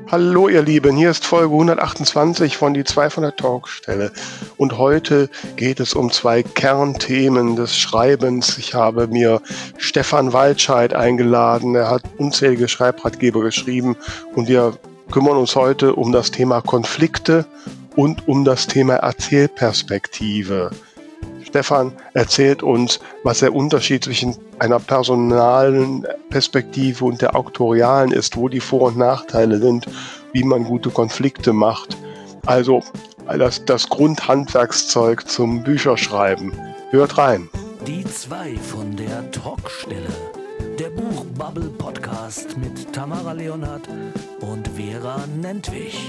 Hallo ihr Lieben, hier ist Folge 128 von die 2 von der Talkstelle und heute geht es um zwei Kernthemen des Schreibens. Ich habe mir Stefan Waldscheid eingeladen, er hat unzählige Schreibratgeber geschrieben und wir kümmern uns heute um das Thema Konflikte und um das Thema Erzählperspektive. Stefan erzählt uns, was der Unterschied zwischen einer personalen Perspektive und der auktorialen ist, wo die Vor- und Nachteile sind, wie man gute Konflikte macht. Also das Grundhandwerkszeug zum Bücherschreiben. Hört rein. Die 2 von der Talkstelle. Der Buchbubble-Podcast mit Tamara Leonhardt und Vera Nentwich.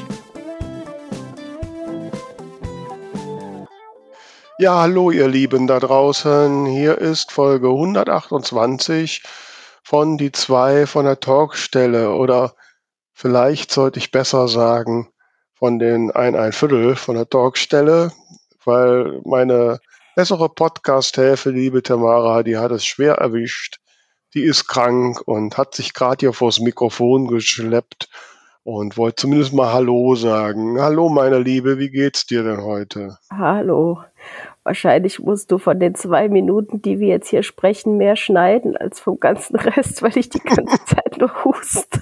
Ja, hallo ihr Lieben da draußen. Hier ist Folge 128 von die 2 von der Talkstelle oder vielleicht sollte ich besser sagen von den ein Viertel von der Talkstelle, weil meine bessere Podcast-Hälfte, liebe Tamara, die hat es schwer erwischt. Die ist krank und hat sich gerade hier vors Mikrofon geschleppt und wollte zumindest mal Hallo sagen. Hallo meine Liebe, wie geht's dir denn heute? Hallo. Wahrscheinlich musst du von den 2 Minuten, die wir jetzt hier sprechen, mehr schneiden als vom ganzen Rest, weil ich die ganze Zeit nur huste.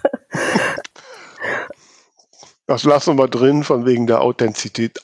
Das lassen wir drin, von wegen der Authentizität.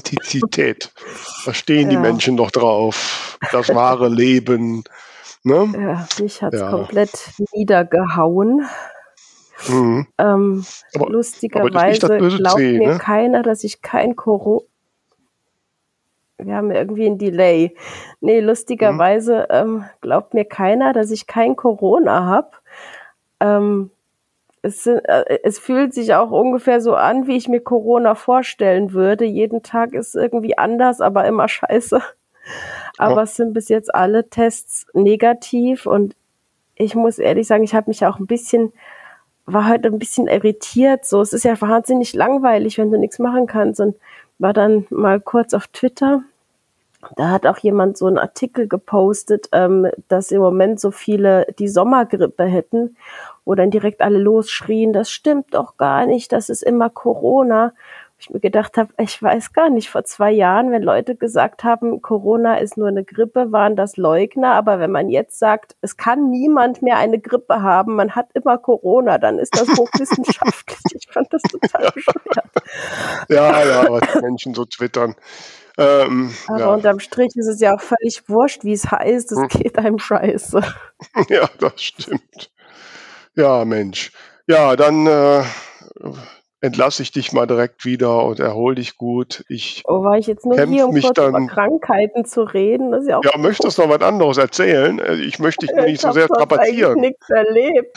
Da stehen die Menschen doch drauf. Das wahre Leben. Ne? Ja, mich hat's Ja. komplett niedergehauen. Mhm. Aber Lustigerweise das böse glaubt C, mir ne? keiner, dass ich kein Corona... Wir haben irgendwie ein Delay. Nee, lustigerweise glaubt mir keiner, dass ich kein Corona habe. Es fühlt sich auch ungefähr so an, wie ich mir Corona vorstellen würde. Jeden Tag ist irgendwie anders, aber immer scheiße. Aber es sind bis jetzt alle Tests negativ und ich muss ehrlich sagen, ich habe mich auch war heute ein bisschen irritiert. So, es ist ja wahnsinnig langweilig, wenn du nichts machen kannst, und war dann mal kurz auf Twitter. Da hat auch jemand so einen Artikel gepostet, dass im Moment so viele die Sommergrippe hätten, wo dann direkt alle losschrien, das stimmt doch gar nicht, das ist immer Corona. Ich mir gedacht habe, ich weiß gar nicht, vor 2 Jahren, wenn Leute gesagt haben, Corona ist nur eine Grippe, waren das Leugner. Aber wenn man jetzt sagt, es kann niemand mehr eine Grippe haben, man hat immer Corona, dann ist das hochwissenschaftlich. Ich fand das total bescheuert. Ja, was die Menschen so twittern. Aber unterm Strich ist es ja auch völlig wurscht, wie es heißt, es geht einem scheiße. Ja, das stimmt. Ja, Mensch. Ja, dann entlasse ich dich mal direkt wieder und erhol dich gut. War ich jetzt nur hier, um mich kurz über dann. Krankheiten zu reden? Das ist ja auch Ja, möchtest du noch was anderes erzählen? Ich möchte dich nur nicht ich so habe sehr sonst eigentlich strapazieren. nichts erlebt.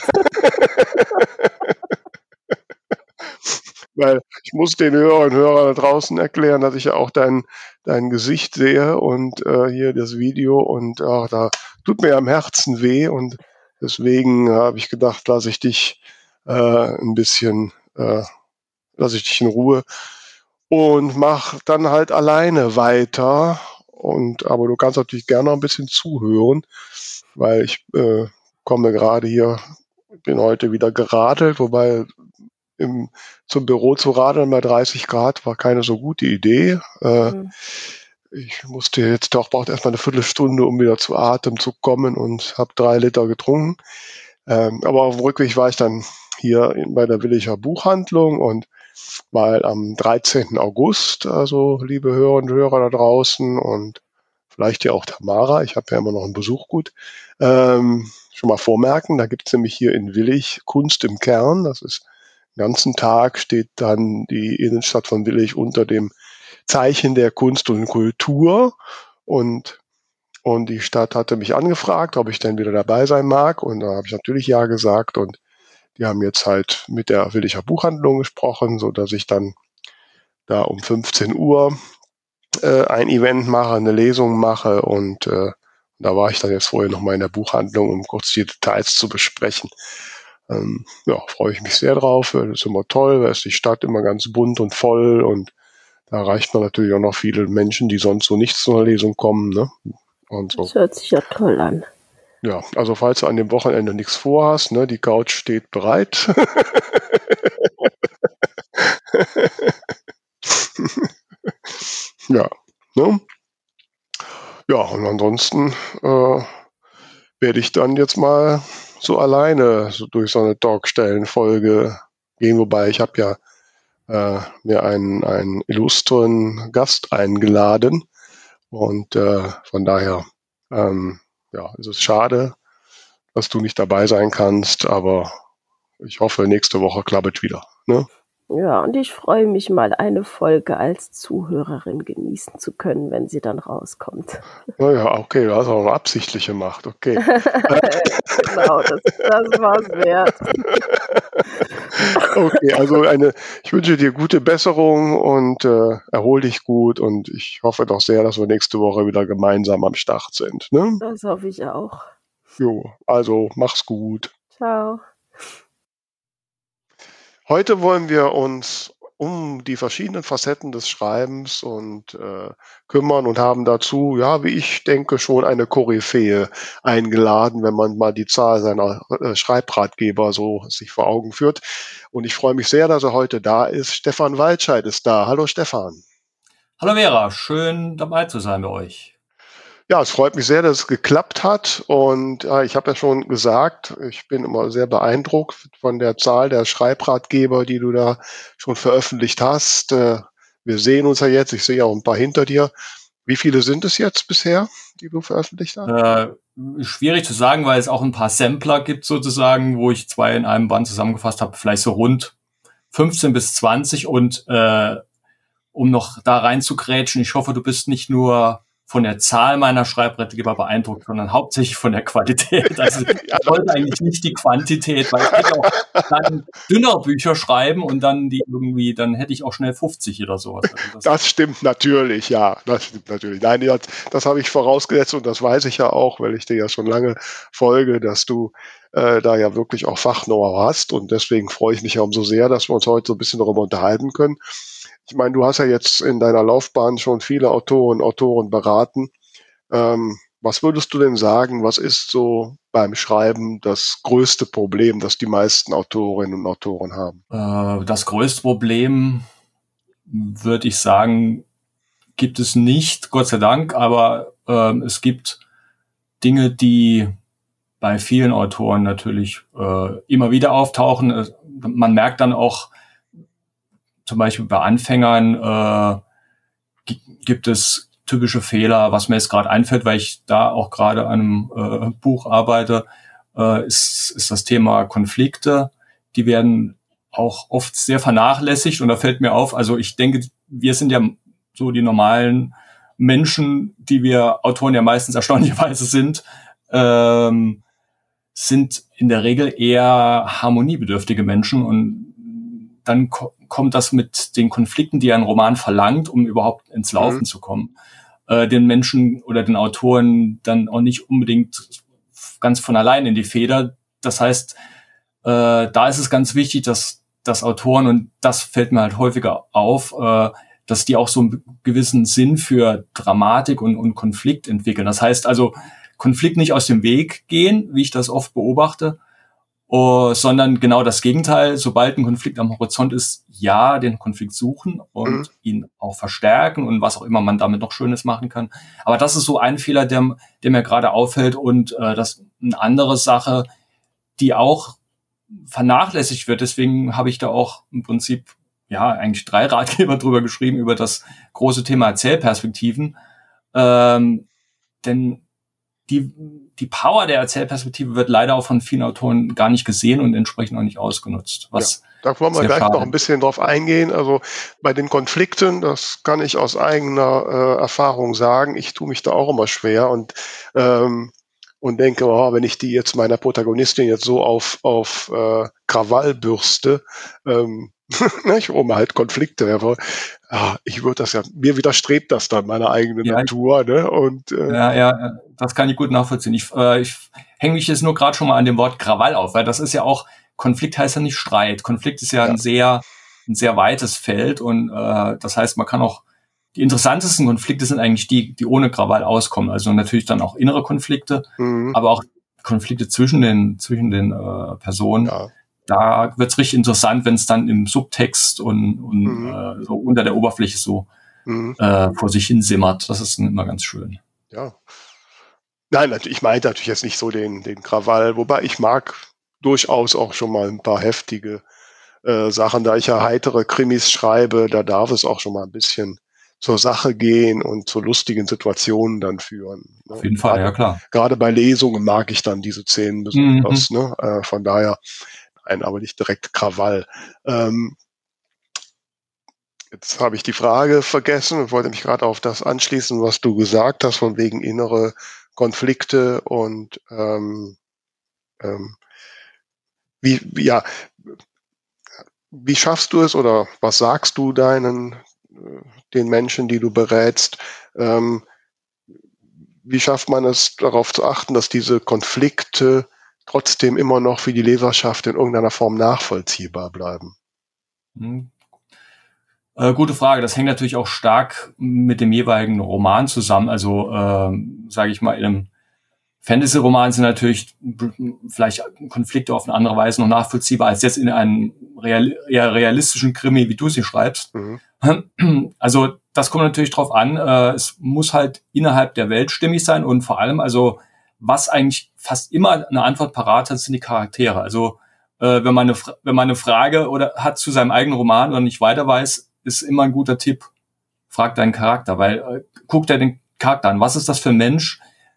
Weil ich muss den Hörerinnen und Hörern da draußen erklären, dass ich ja auch dein Gesicht sehe und hier das Video und da tut mir am Herzen weh und deswegen habe ich gedacht, lasse ich dich ein bisschen, lasse ich dich in Ruhe und mach dann halt alleine weiter. Aber du kannst natürlich gerne noch ein bisschen zuhören, weil ich komme gerade hier, bin heute wieder geradelt, wobei zum Büro zu radeln bei 30 Grad war keine so gute Idee. Ich brauchte erstmal eine Viertelstunde, um wieder zu Atem zu kommen und habe 3 Liter getrunken. Aber auf dem Rückweg war ich dann hier bei der Willicher Buchhandlung und weil am 13. August, also liebe Hörerinnen und Hörer da draußen und vielleicht ja auch Tamara, ich habe ja immer noch ein Besuchgut, schon mal vormerken, da gibt es nämlich hier in Willich Kunst im Kern, das ist den ganzen Tag steht dann die Innenstadt von Willich unter dem Zeichen der Kunst und Kultur und die Stadt hatte mich angefragt, ob ich denn wieder dabei sein mag und da habe ich natürlich ja gesagt und die haben jetzt halt mit der Willicher Buchhandlung gesprochen, so dass ich dann da um 15 Uhr ein Event mache, eine Lesung mache und da war ich dann jetzt vorher noch mal in der Buchhandlung, um kurz die Details zu besprechen. Freue ich mich sehr drauf. Das ist immer toll, da ist die Stadt immer ganz bunt und voll und da erreicht man natürlich auch noch viele Menschen, die sonst so nicht zu einer Lesung kommen. Ne? Und so. Das hört sich ja toll an. Ja, also falls du an dem Wochenende nichts vorhast, ne, die Couch steht bereit. ansonsten werde ich dann jetzt mal so alleine so durch so eine Talkstellenfolge gehen, wobei ich habe ja mir einen illustren Gast eingeladen und von daher ist es schade, dass du nicht dabei sein kannst, aber ich hoffe, nächste Woche klappt es wieder. Ne? Ja, und ich freue mich mal, eine Folge als Zuhörerin genießen zu können, wenn sie dann rauskommt. Naja, okay, du hast auch eine absichtliche Macht, okay. Genau, das war es wert. Okay, also ich wünsche dir gute Besserung und erhol dich gut und ich hoffe doch sehr, dass wir nächste Woche wieder gemeinsam am Start sind. Ne? Das hoffe ich auch. Jo, also mach's gut. Ciao. Heute wollen wir uns um die verschiedenen Facetten des Schreibens und kümmern und haben dazu, ja, wie ich denke, schon eine Koryphäe eingeladen, wenn man mal die Zahl seiner Schreibratgeber so sich vor Augen führt. Und ich freue mich sehr, dass er heute da ist. Stefan Waldscheid ist da. Hallo Stefan. Hallo Vera, schön dabei zu sein bei euch. Ja, es freut mich sehr, dass es geklappt hat. Und ich habe ja schon gesagt, ich bin immer sehr beeindruckt von der Zahl der Schreibratgeber, die du da schon veröffentlicht hast. Wir sehen uns ja jetzt, ich sehe ja auch ein paar hinter dir. Wie viele sind es jetzt bisher, die du veröffentlicht hast? Schwierig zu sagen, weil es auch ein paar Sampler gibt sozusagen, wo ich 2 in einem Band zusammengefasst habe, vielleicht so rund 15 bis 20. Und um noch da rein zu grätschen, ich hoffe, du bist nicht nur von der Zahl meiner Schreibratgeber beeindruckt, sondern hauptsächlich von der Qualität. Also ich wollte eigentlich nicht die Quantität, weil ich hätte auch dann dünnere Bücher schreiben und dann dann hätte ich auch schnell 50 oder sowas. Also das stimmt natürlich, ja. Das stimmt natürlich. Nein, das habe ich vorausgesetzt und das weiß ich ja auch, weil ich dir ja schon lange folge, dass du da ja wirklich auch Fach-Know-how hast und deswegen freue ich mich ja umso sehr, dass wir uns heute so ein bisschen darüber unterhalten können. Ich meine, du hast ja jetzt in deiner Laufbahn schon viele Autoren beraten. Was würdest du denn sagen, was ist so beim Schreiben das größte Problem, das die meisten Autorinnen und Autoren haben? Das größte Problem, würde ich sagen, gibt es nicht, Gott sei Dank, aber es gibt Dinge, die bei vielen Autoren natürlich immer wieder auftauchen. Man merkt dann auch, zum Beispiel bei Anfängern gibt es typische Fehler, was mir jetzt gerade einfällt, weil ich da auch gerade an einem Buch arbeite, ist das Thema Konflikte. Die werden auch oft sehr vernachlässigt und da fällt mir auf, also ich denke, wir sind ja so die normalen Menschen, die wir Autoren ja meistens erstaunlicherweise sind in der Regel eher harmoniebedürftige Menschen und dann kommt das mit den Konflikten, die ein Roman verlangt, um überhaupt ins Laufen zu kommen, den Menschen oder den Autoren dann auch nicht unbedingt ganz von allein in die Feder. Das heißt, da ist es ganz wichtig, dass Autoren, und das fällt mir halt häufiger auf, dass die auch so einen gewissen Sinn für Dramatik und Konflikt entwickeln. Das heißt also, Konflikt nicht aus dem Weg gehen, wie ich das oft beobachte, sondern genau das Gegenteil. Sobald ein Konflikt am Horizont ist, ja, den Konflikt suchen und ihn auch verstärken und was auch immer man damit noch Schönes machen kann. Aber das ist so ein Fehler, der mir gerade auffällt und das eine andere Sache, die auch vernachlässigt wird. Deswegen habe ich da auch im Prinzip eigentlich 3 Ratgeber drüber geschrieben, über das große Thema Erzählperspektiven. Denn die Power der Erzählperspektive wird leider auch von vielen Autoren gar nicht gesehen und entsprechend auch nicht ausgenutzt. Da wollen wir gleich noch ein bisschen drauf eingehen. Also bei den Konflikten, das kann ich aus eigener Erfahrung sagen, ich tue mich da auch immer schwer und denke, wenn ich die jetzt meiner Protagonistin jetzt so auf Krawall bürste, um halt Konflikte werfe, ich würde das mir widerstrebt das dann meiner eigenen Natur. Ne? Und, das kann ich gut nachvollziehen. Ich hänge mich jetzt nur gerade schon mal an dem Wort Krawall auf, weil das ist ja auch, Konflikt heißt ja nicht Streit. Konflikt ist ja ein sehr weites Feld und das heißt, man kann auch, die interessantesten Konflikte sind eigentlich die ohne Krawall auskommen. Also natürlich dann auch innere Konflikte, aber auch Konflikte zwischen den Personen. Ja. Da wird's richtig interessant, wenn es dann im Subtext und so unter der Oberfläche so vor sich hin simmert. Das ist immer ganz schön. Ja. Nein, ich meinte natürlich jetzt nicht so den Krawall, wobei ich mag durchaus auch schon mal ein paar heftige Sachen. Da ich ja heitere Krimis schreibe, da darf es auch schon mal ein bisschen zur Sache gehen und zu lustigen Situationen dann führen. Ne? Auf jeden Fall, ja klar. Gerade bei Lesungen mag ich dann diese Szenen besonders. Ne? Von daher, nein, aber nicht direkt Krawall. Jetzt habe ich die Frage vergessen und wollte mich gerade auf das anschließen, was du gesagt hast, von wegen innere Konflikte und wie schaffst du es oder was sagst du den Menschen, die du berätst, wie schafft man es, darauf zu achten, dass diese Konflikte trotzdem immer noch für die Leserschaft in irgendeiner Form nachvollziehbar bleiben? Gute Frage. Das hängt natürlich auch stark mit dem jeweiligen Roman zusammen. Also, sage ich mal, in einem Fantasy-Roman sind natürlich vielleicht Konflikte auf eine andere Weise noch nachvollziehbar als jetzt in einem eher realistischen Krimi, wie du sie schreibst. Also das kommt natürlich drauf an. Es muss halt innerhalb der Welt stimmig sein und vor allem, also was eigentlich fast immer eine Antwort parat hat, sind die Charaktere. Also wenn man eine Frage oder hat zu seinem eigenen Roman oder nicht weiter weiß, ist immer ein guter Tipp, frag deinen Charakter, weil guck dir den Charakter an. Was ist das für ein Mensch?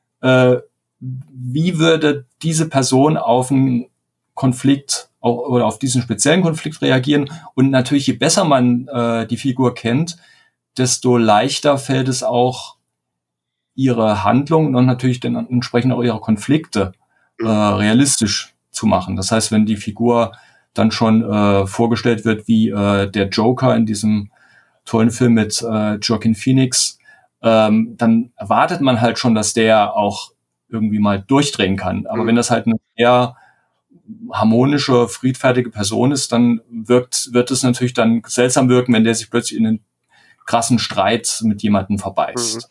Wie würde diese Person auf einen Konflikt oder auf diesen speziellen Konflikt reagieren? Und natürlich, je besser man die Figur kennt, desto leichter fällt es auch, ihre Handlungen und natürlich dann entsprechend auch ihre Konflikte realistisch zu machen. Das heißt, wenn die Figur dann schon vorgestellt wird wie der Joker in diesem tollen Film mit Joaquin Phoenix, dann erwartet man halt schon, dass der auch irgendwie mal durchdrehen kann. Aber wenn das halt eine eher harmonische, friedfertige Person ist, dann wird es natürlich dann seltsam wirken, wenn der sich plötzlich in einen krassen Streit mit jemandem verbeißt.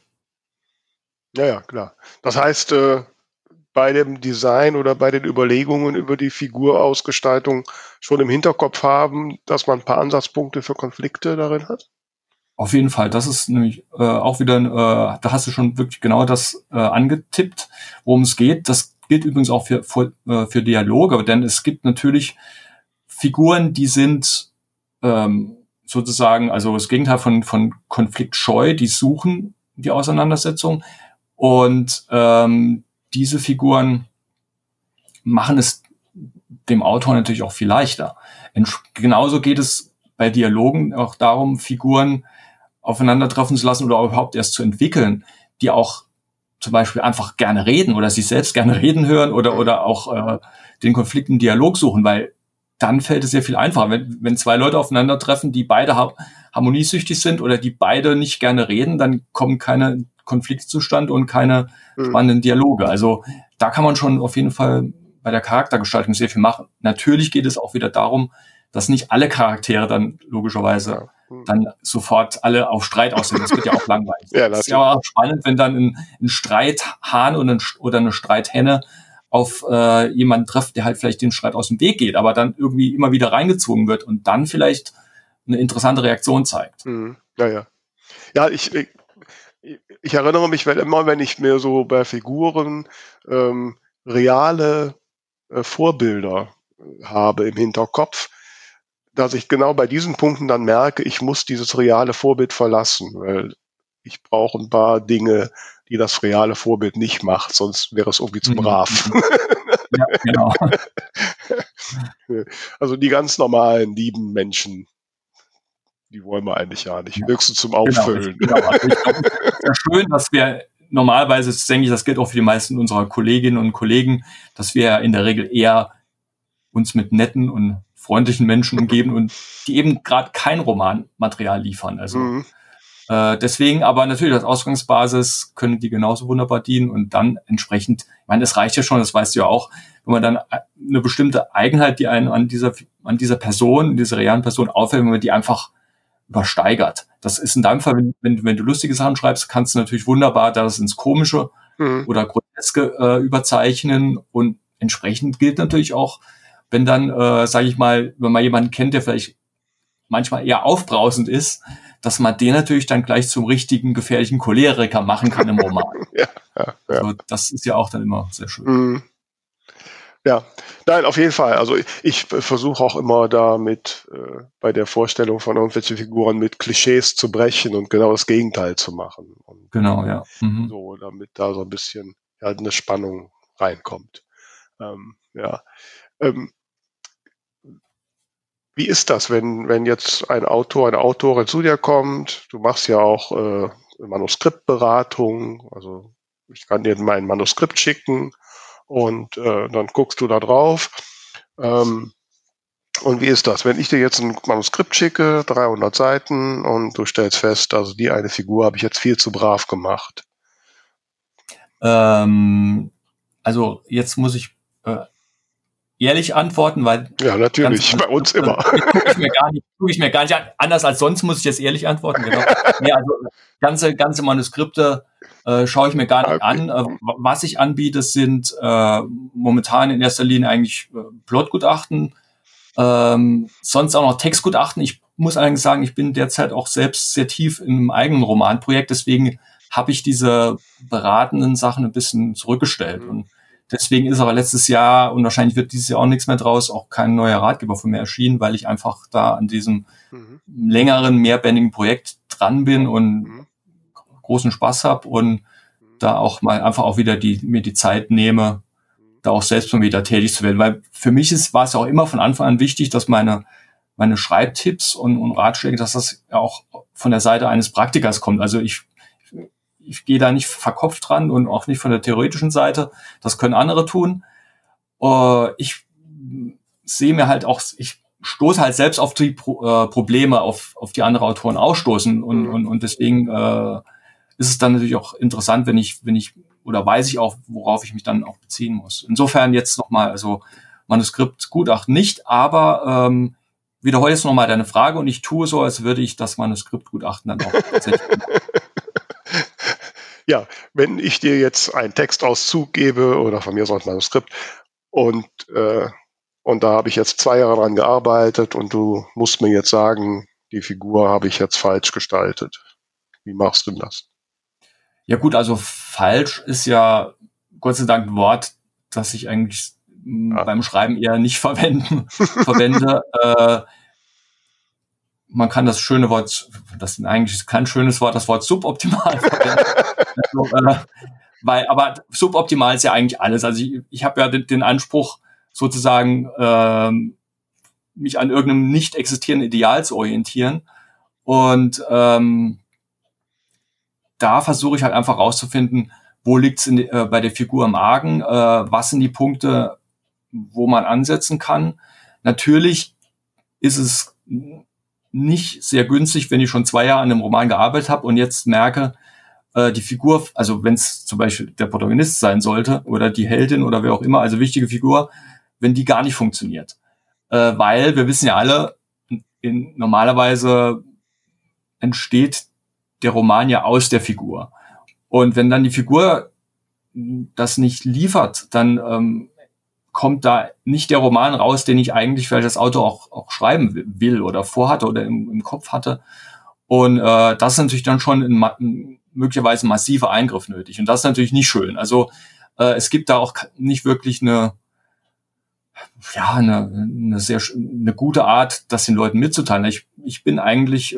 Ja, klar. Das heißt, bei dem Design oder bei den Überlegungen über die Figurausgestaltung schon im Hinterkopf haben, dass man ein paar Ansatzpunkte für Konflikte darin hat? Auf jeden Fall. Das ist nämlich auch wieder, da hast du schon wirklich genau das angetippt, worum es geht. Das gilt übrigens auch für Dialoge, denn es gibt natürlich Figuren, die sind sozusagen, also das Gegenteil von konfliktscheu, die suchen die Auseinandersetzung und diese Figuren machen es dem Autor natürlich auch viel leichter. Genauso geht es bei Dialogen auch darum, Figuren aufeinandertreffen zu lassen oder überhaupt erst zu entwickeln, die auch zum Beispiel einfach gerne reden oder sich selbst gerne reden hören oder auch den Konflikt im Dialog suchen, weil dann fällt es sehr viel einfacher. Wenn zwei Leute aufeinandertreffen, die beide harmoniesüchtig sind oder die beide nicht gerne reden, dann kommen keine Konflikte zustande und keine spannenden Dialoge. Also da kann man schon auf jeden Fall bei der Charaktergestaltung sehr viel machen. Natürlich geht es auch wieder darum, dass nicht alle Charaktere dann logischerweise dann sofort alle auf Streit aussehen. Das wird ja auch langweilig. Das ist ja auch spannend, wenn dann ein Streithahn oder eine Streithenne auf jemanden trifft, der halt vielleicht den Streit aus dem Weg geht, aber dann irgendwie immer wieder reingezwungen wird und dann vielleicht eine interessante Reaktion zeigt. Ja, ich erinnere mich immer, wenn ich mir so bei Figuren reale Vorbilder habe im Hinterkopf, dass ich genau bei diesen Punkten dann merke, ich muss dieses reale Vorbild verlassen, weil ich brauche ein paar Dinge, die das reale Vorbild nicht macht, sonst wäre es irgendwie zu brav. Ja, genau. Also die ganz normalen, lieben Menschen, die wollen wir eigentlich ja nicht, höchstens zum Auffüllen. Genau. Also ich glaube, es ist ja schön, dass wir normalerweise, denke ich, das gilt auch für die meisten unserer Kolleginnen und Kollegen, dass wir in der Regel eher uns mit netten und freundlichen Menschen umgeben und die eben gerade kein Romanmaterial liefern. Also deswegen, aber natürlich als Ausgangsbasis können die genauso wunderbar dienen und dann entsprechend, ich meine, es reicht ja schon, das weißt du ja auch, wenn man dann eine bestimmte Eigenheit, die einen an dieser Person, dieser realen Person auffällt, wenn man die einfach übersteigert. Das ist in deinem Fall, wenn du lustige Sachen schreibst, kannst du natürlich wunderbar das ins Komische oder Groteske überzeichnen und entsprechend gilt natürlich auch, wenn dann, sage ich mal, wenn man jemanden kennt, der vielleicht manchmal eher aufbrausend ist, dass man den natürlich dann gleich zum richtigen gefährlichen Choleriker machen kann im Roman. Ja. Also das ist ja auch dann immer sehr schön. Mhm. Ja, nein, auf jeden Fall. Also ich versuche auch immer damit bei der Vorstellung von irgendwelchen Figuren mit Klischees zu brechen und genau das Gegenteil zu machen. Und Genau, ja. Mhm. so, damit da so ein bisschen halt eine Spannung reinkommt. Ja. Wie ist das, wenn jetzt ein Autor, eine Autorin zu dir kommt? Du machst ja auch Manuskriptberatung, also ich kann dir mein Manuskript schicken und dann guckst du da drauf. Und wie ist das, wenn ich dir jetzt ein Manuskript schicke, 300 Seiten, und du stellst fest, also die eine Figur habe ich jetzt viel zu brav gemacht? Also jetzt muss ich ehrlich antworten, weil ja, natürlich, bei uns immer. Gucke ich mir gar nicht an. Anders als sonst muss ich jetzt ehrlich antworten. Genau. Ja, also ganze Manuskripte schaue ich mir gar nicht an. Was ich anbiete, sind momentan in erster Linie eigentlich Plotgutachten, sonst auch noch Textgutachten. Ich muss allerdings sagen, ich bin derzeit auch selbst sehr tief in einem eigenen Romanprojekt, deswegen habe ich diese beratenden Sachen ein bisschen zurückgestellt. Und deswegen ist aber letztes Jahr, und wahrscheinlich wird dieses Jahr auch nichts mehr draus, auch kein neuer Ratgeber von mir erschienen, weil ich einfach da an diesem längeren, mehrbändigen Projekt dran bin und großen Spaß habe und da auch mal einfach auch wieder mir die Zeit nehme, da auch selbst mal wieder tätig zu werden. Weil für mich war es auch immer von Anfang an wichtig, dass meine Schreibtipps und Ratschläge, dass das ja auch von der Seite eines Praktikers kommt. Also ich gehe da nicht verkopft dran und auch nicht von der theoretischen Seite. Das können andere tun. Ich sehe mir halt auch, ich stoße halt selbst auf die Probleme, auf die andere Autoren ausstoßen und deswegen ist es dann natürlich auch interessant, wenn ich oder weiß ich auch, worauf ich mich dann auch beziehen muss. Insofern jetzt nochmal, also Manuskriptgutachten nicht, aber wiederhole jetzt nochmal deine Frage und ich tue so, als würde ich das Manuskriptgutachten dann auch tatsächlich machen. Ja, wenn ich dir jetzt einen Textauszug gebe oder von mir aus ein Manuskript und da habe ich jetzt 2 Jahre dran gearbeitet und du musst mir jetzt sagen, die Figur habe ich jetzt falsch gestaltet. Wie machst du das? Ja gut, also falsch ist ja Gott sei Dank ein Wort, das ich eigentlich beim Schreiben eher nicht verwende. Man kann das schöne Wort, das ist eigentlich kein schönes Wort, das Wort suboptimal verwenden. Aber suboptimal ist ja eigentlich alles. Also ich habe ja den Anspruch, sozusagen mich an irgendeinem nicht existierenden Ideal zu orientieren. Und da versuche ich halt einfach rauszufinden, wo liegt's bei der Figur im Argen, was sind die Punkte, wo man ansetzen kann. Natürlich ist es nicht sehr günstig, wenn ich schon 2 Jahre an einem Roman gearbeitet habe und jetzt merke, die Figur, also wenn es zum Beispiel der Protagonist sein sollte oder die Heldin oder wer auch immer, also wichtige Figur, wenn die gar nicht funktioniert. Weil wir wissen ja alle, normalerweise entsteht der Roman ja aus der Figur. Und wenn dann die Figur das nicht liefert, dann kommt da nicht der Roman raus, den ich eigentlich vielleicht als Autor auch schreiben will oder vorhatte oder im Kopf hatte. Und das ist natürlich dann schon möglicherweise ein massiver Eingriff nötig. Und das ist natürlich nicht schön. Also es gibt da auch nicht wirklich eine gute Art, das den Leuten mitzuteilen. Ich bin eigentlich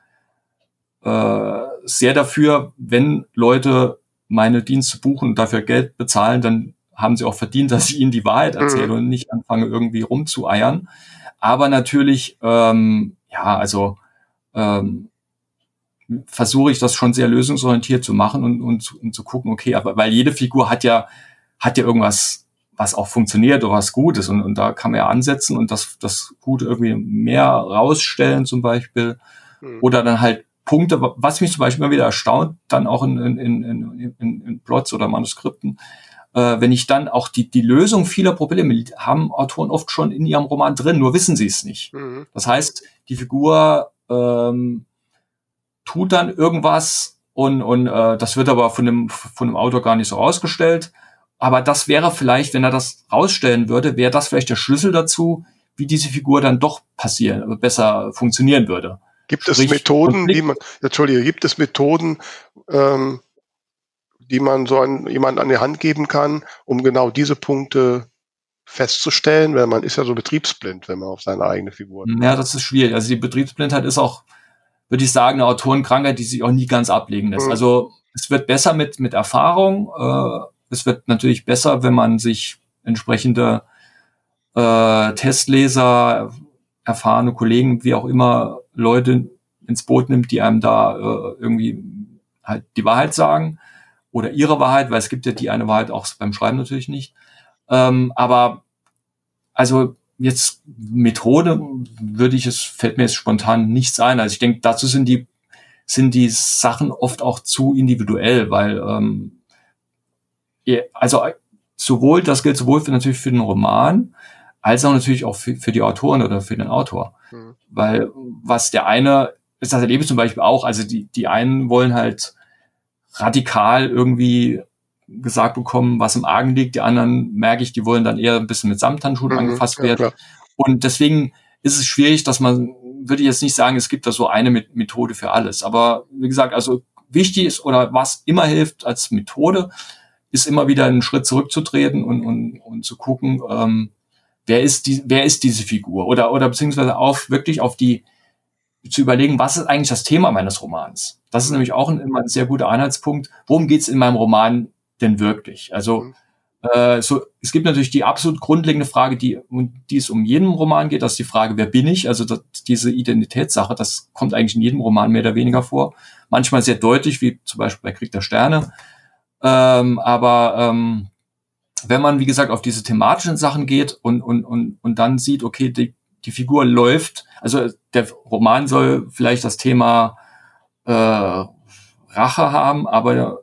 sehr dafür, wenn Leute meine Dienste buchen und dafür Geld bezahlen, dann haben sie auch verdient, dass ich ihnen die Wahrheit erzähle und nicht anfange irgendwie rumzueiern. Aber natürlich, versuche ich das schon sehr lösungsorientiert zu machen und zu gucken, okay, aber weil jede Figur hat ja irgendwas, was auch funktioniert oder was gut ist und da kann man ja ansetzen und das Gute irgendwie mehr rausstellen zum Beispiel oder dann halt Punkte, was mich zum Beispiel immer wieder erstaunt, dann auch in Plots oder Manuskripten, wenn ich dann auch die Lösung vieler Probleme haben Autoren oft schon in ihrem Roman drin, nur wissen sie es nicht. Das heißt, die Figur tut dann irgendwas und das wird aber von dem Autor gar nicht so rausgestellt. Aber das wäre vielleicht, wenn er das rausstellen würde, wäre das vielleicht der Schlüssel dazu, wie diese Figur dann doch besser funktionieren würde. Gibt es Methoden, die man so jemanden an die Hand geben kann, um genau diese Punkte festzustellen? Weil man ist ja so betriebsblind, wenn man auf seine eigene Figur. Ja, das ist schwierig. Also die Betriebsblindheit ist auch, würde ich sagen, eine Autorenkrankheit, die sich auch nie ganz ablegen lässt. Also es wird besser mit Erfahrung. Es wird natürlich besser, wenn man sich entsprechende Testleser, erfahrene Kollegen, wie auch immer, Leute ins Boot nimmt, die einem da irgendwie halt die Wahrheit sagen oder ihre Wahrheit, weil es gibt ja die eine Wahrheit auch beim Schreiben natürlich nicht. Aber also jetzt Methode fällt mir jetzt spontan nichts ein. Also ich denke, dazu sind die Sachen oft auch zu individuell, weil das gilt sowohl natürlich für den Roman, als auch natürlich auch für die Autoren oder für den Autor. Weil was der eine, das erlebe ich zum Beispiel auch, also die einen wollen halt radikal irgendwie gesagt bekommen, was im Argen liegt, die anderen, merke ich, die wollen dann eher ein bisschen mit Samthandschuhen angefasst werden. Klar. Und deswegen ist es schwierig, dass man, würde ich jetzt nicht sagen, es gibt da so eine Methode für alles. Aber wie gesagt, also wichtig ist oder was immer hilft als Methode, ist immer wieder einen Schritt zurückzutreten und zu gucken, wer ist diese Figur oder beziehungsweise zu überlegen, was ist eigentlich das Thema meines Romans? Das ist nämlich auch immer ein sehr guter Anhaltspunkt. Worum geht es in meinem Roman denn wirklich? Also es gibt natürlich die absolut grundlegende Frage, die es um jeden Roman geht, das ist die Frage, wer bin ich? Also diese Identitätssache, das kommt eigentlich in jedem Roman mehr oder weniger vor. Manchmal sehr deutlich, wie zum Beispiel bei Krieg der Sterne. Aber wenn man, wie gesagt, auf diese thematischen Sachen geht und dann sieht, okay, die Figur läuft, also der Roman soll vielleicht das Thema Rache haben, aber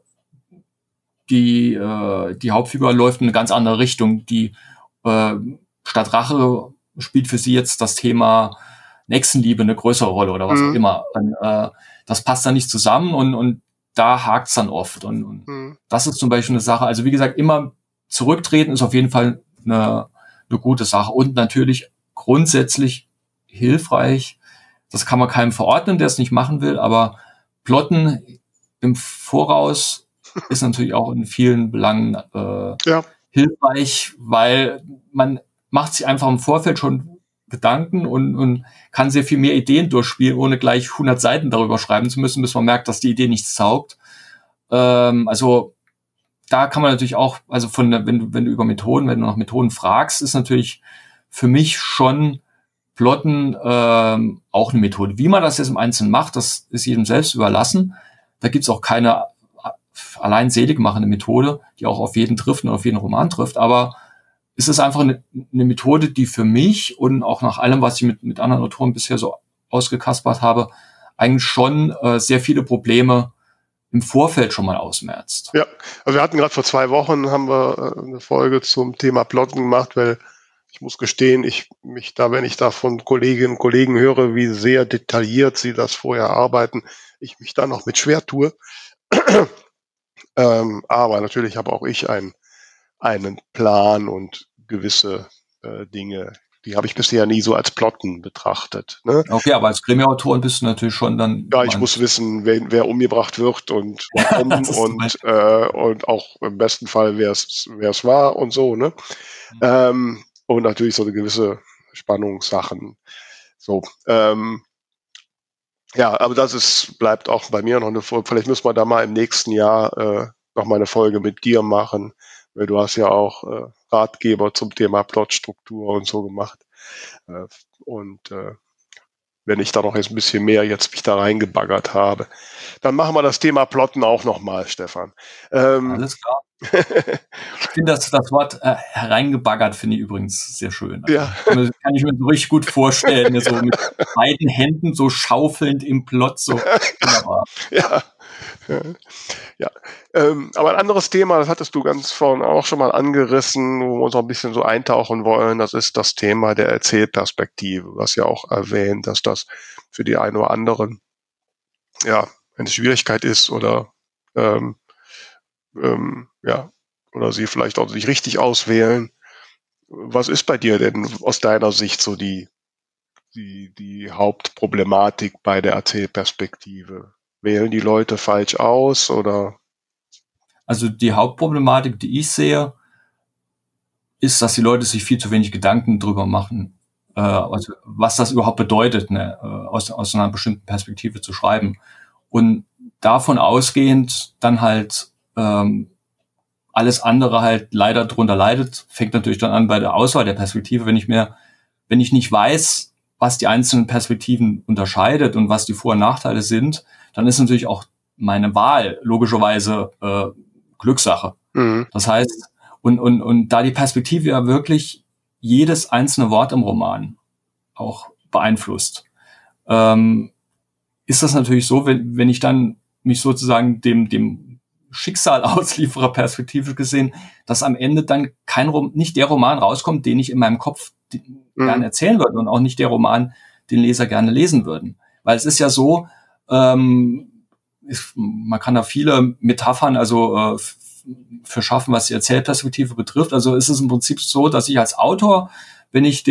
die Hauptfigur läuft in eine ganz andere Richtung. Die statt Rache spielt für sie jetzt das Thema Nächstenliebe eine größere Rolle oder was auch immer. Und, das passt dann nicht zusammen und da hakt's dann oft. Und das ist zum Beispiel eine Sache. Also wie gesagt, immer zurücktreten ist auf jeden Fall eine gute Sache und natürlich grundsätzlich hilfreich. Das kann man keinem verordnen, der es nicht machen will, aber plotten im Voraus ist natürlich auch in vielen Belangen hilfreich, weil man macht sich einfach im Vorfeld schon Gedanken und kann sehr viel mehr Ideen durchspielen, ohne gleich 100 Seiten darüber schreiben zu müssen, bis man merkt, dass die Idee nichts taugt. Also da kann man natürlich auch, also wenn du nach Methoden fragst, ist natürlich für mich schon Plotten auch eine Methode. Wie man das jetzt im Einzelnen macht, das ist jedem selbst überlassen. Da gibt's auch keine allein selig machende Methode, die auch auf jeden trifft und auf jeden Roman trifft, aber es ist einfach eine Methode, die für mich und auch nach allem, was ich mit anderen Autoren bisher so ausgekaspert habe, eigentlich schon sehr viele Probleme im Vorfeld schon mal ausmerzt. Ja, also wir hatten gerade vor 2 Wochen haben wir eine Folge zum Thema Plotten gemacht, weil ich muss gestehen, wenn ich da von Kolleginnen und Kollegen höre, wie sehr detailliert sie das vorher arbeiten, ich mich da noch mit schwer tue. Aber natürlich habe auch ich einen Plan und gewisse Dinge, die habe ich bisher nie so als Plotten betrachtet. Ne? Okay, aber als Krimi-Autorin bist du natürlich schon dann... Ja, ich muss wissen, wer umgebracht wird und warum und auch im besten Fall, wer es war und so. Ne? Und natürlich so eine gewisse Spannungssachen. So, ja, aber bleibt auch bei mir noch eine Folge. Vielleicht müssen wir da mal im nächsten Jahr noch mal eine Folge mit dir machen, weil du hast ja auch Ratgeber zum Thema Plotstruktur und so gemacht. Wenn ich da noch jetzt ein bisschen mehr mich da reingebaggert habe, dann machen wir das Thema Plotten auch noch mal, Stefan. Alles klar. Ich finde das Wort hereingebaggert finde ich übrigens sehr schön. Also, ja. Kann ich mir so richtig gut vorstellen, so mit beiden Händen so schaufelnd im Plot, so wunderbar. Ja. Aber ein anderes Thema, das hattest du ganz vorhin auch schon mal angerissen, wo wir uns auch ein bisschen so eintauchen wollen, das ist das Thema der Erzählperspektive. Du hast ja auch erwähnt, dass das für die einen oder anderen eine Schwierigkeit ist oder oder sie vielleicht auch nicht richtig auswählen. Was ist bei dir denn aus deiner Sicht so die Hauptproblematik bei der Erzählperspektive? Wählen die Leute falsch aus oder? Also die Hauptproblematik, die ich sehe, ist, dass die Leute sich viel zu wenig Gedanken drüber machen, also was das überhaupt bedeutet, ne, aus einer bestimmten Perspektive zu schreiben. Und davon ausgehend dann halt alles andere halt leider drunter leidet, fängt natürlich dann an bei der Auswahl der Perspektive. Wenn ich nicht weiß, was die einzelnen Perspektiven unterscheidet und was die Vor- und Nachteile sind, dann ist natürlich auch meine Wahl logischerweise Glückssache. Mhm. Das heißt, und da die Perspektive ja wirklich jedes einzelne Wort im Roman auch beeinflusst, ist das natürlich so, wenn ich dann mich sozusagen dem Schicksal ausliefere, perspektivisch gesehen, dass am Ende dann nicht der Roman rauskommt, den ich in meinem Kopf gerne erzählen würde und auch nicht der Roman, den Leser gerne lesen würden. Weil es ist ja so, man kann da viele Metaphern für schaffen, was die Erzählperspektive betrifft. Also ist es im Prinzip so, dass ich als Autor, wenn ich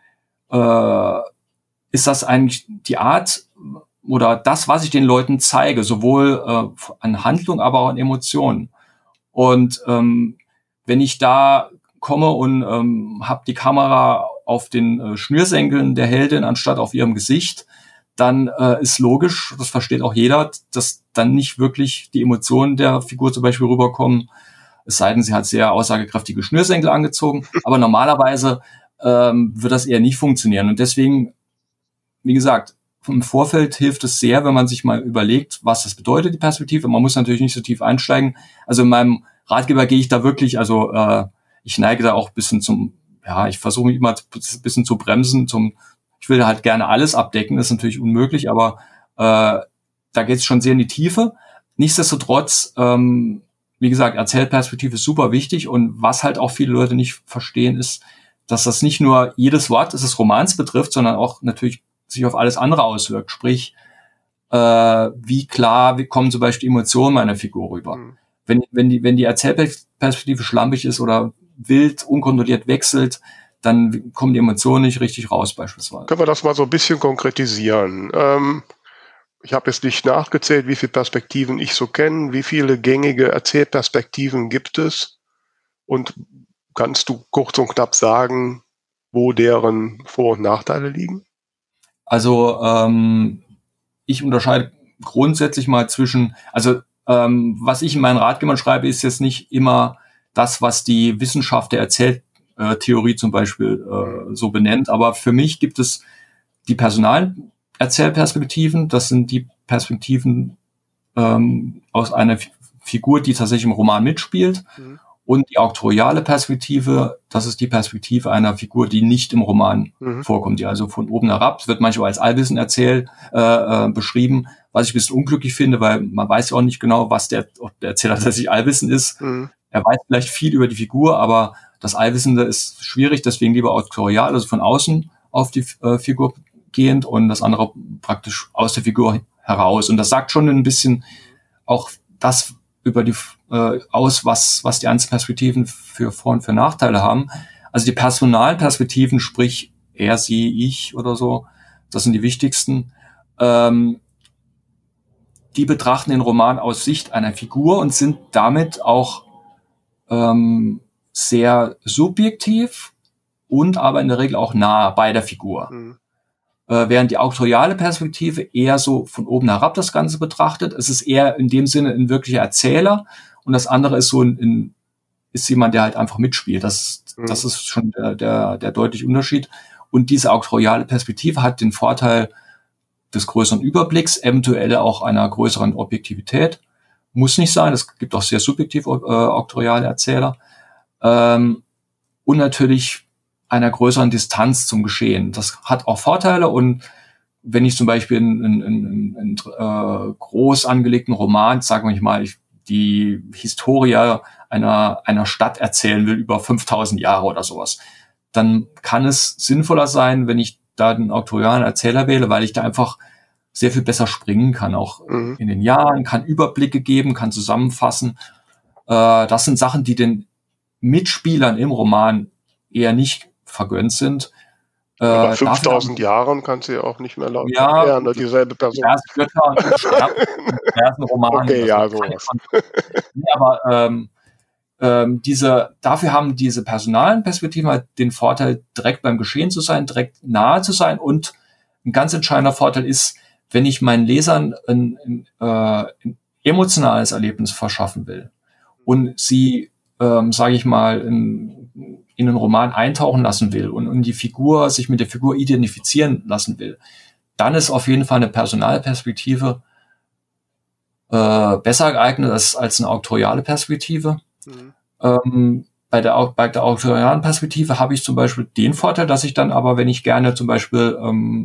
ist das eigentlich die Art oder das, was ich den Leuten zeige, sowohl an Handlung, aber auch an Emotionen. Und wenn ich da komme und habe die Kamera auf den Schnürsenkeln der Heldin anstatt auf ihrem Gesicht, dann ist logisch, das versteht auch jeder, dass dann nicht wirklich die Emotionen der Figur zum Beispiel rüberkommen, es sei denn, sie hat sehr aussagekräftige Schnürsenkel angezogen. Aber normalerweise wird das eher nicht funktionieren. Und deswegen, wie gesagt, im Vorfeld hilft es sehr, wenn man sich mal überlegt, was das bedeutet, die Perspektive. Man muss natürlich nicht so tief einsteigen. Also in meinem Ratgeber gehe ich da wirklich, ich neige da auch ein bisschen ich versuche mich immer ein bisschen zu bremsen, ich will halt gerne alles abdecken, das ist natürlich unmöglich, aber da geht es schon sehr in die Tiefe. Nichtsdestotrotz, wie gesagt, Erzählperspektive ist super wichtig und was halt auch viele Leute nicht verstehen, ist, dass das nicht nur jedes Wort des Romans betrifft, sondern auch natürlich sich auf alles andere auswirkt. Sprich, wie kommen zum Beispiel Emotionen meiner Figur rüber. Mhm. Wenn die Erzählperspektive schlampig ist oder wild, unkontrolliert wechselt, dann kommen die Emotionen nicht richtig raus beispielsweise. Können wir das mal so ein bisschen konkretisieren? Ich habe jetzt nicht nachgezählt, wie viele Perspektiven ich so kenne. Wie viele gängige Erzählperspektiven gibt es? Und kannst du kurz und knapp sagen, wo deren Vor- und Nachteile liegen? Also ich unterscheide grundsätzlich mal zwischen, was ich in meinen Ratgebern schreibe, ist jetzt nicht immer das, was die Wissenschaft der Erzähltheorie zum Beispiel so benennt, aber für mich gibt es die personalen Erzählperspektiven, das sind die Perspektiven aus einer Figur, die tatsächlich im Roman mitspielt. Mhm. Und die auktoriale Perspektive, das ist die Perspektive einer Figur, die nicht im Roman vorkommt, die also von oben herab, wird manchmal als Allwissen beschrieben, was ich ein bisschen unglücklich finde, weil man weiß ja auch nicht genau, ob der Erzähler tatsächlich Allwissen ist. Mhm. Er weiß vielleicht viel über die Figur, aber das Allwissende ist schwierig, deswegen lieber auktorial, also von außen auf die Figur gehend und das andere praktisch aus der Figur heraus. Und das sagt schon ein bisschen auch das über was die einzelnen Perspektiven für Vor- und für Nachteile haben. Also die personalen Perspektiven, sprich er, sie, ich oder so, das sind die wichtigsten. Die betrachten den Roman aus Sicht einer Figur und sind damit auch sehr subjektiv und aber in der Regel auch nah bei der Figur. Mhm. Während die auktoriale Perspektive eher so von oben herab das Ganze betrachtet. Es ist eher in dem Sinne ein wirklicher Erzähler und das andere ist ist jemand, der halt einfach mitspielt. Das ist schon der deutliche Unterschied. Und diese auktoriale Perspektive hat den Vorteil des größeren Überblicks, eventuell auch einer größeren Objektivität. Muss nicht sein, es gibt auch sehr subjektiv auktoriale Erzähler. Und natürlich einer größeren Distanz zum Geschehen. Das hat auch Vorteile und wenn ich zum Beispiel einen groß angelegten Roman, sagen wir mal, die Historie einer Stadt erzählen will über 5000 Jahre oder sowas, dann kann es sinnvoller sein, wenn ich da den auktorialen Erzähler wähle, weil ich da einfach sehr viel besser springen kann, auch in den Jahren, kann Überblicke geben, kann zusammenfassen. Das sind Sachen, die den Mitspielern im Roman eher nicht vergönnt sind. Nach 5000 Jahren kannst du ja auch nicht mehr laut erklären, dieselbe Person. Götter und diversen Romanen. Okay, ja, sowas. Aber dafür haben diese personalen Perspektiven halt den Vorteil, direkt beim Geschehen zu sein, direkt nahe zu sein. Und ein ganz entscheidender Vorteil ist, wenn ich meinen Lesern ein emotionales Erlebnis verschaffen will und sie, sage ich mal, in einen Roman eintauchen lassen will und sich mit der Figur identifizieren lassen will, dann ist auf jeden Fall eine Personalperspektive besser geeignet als eine auktoriale Perspektive. Bei der autorialen Perspektive habe ich zum Beispiel den Vorteil, dass ich dann aber, wenn ich gerne zum Beispiel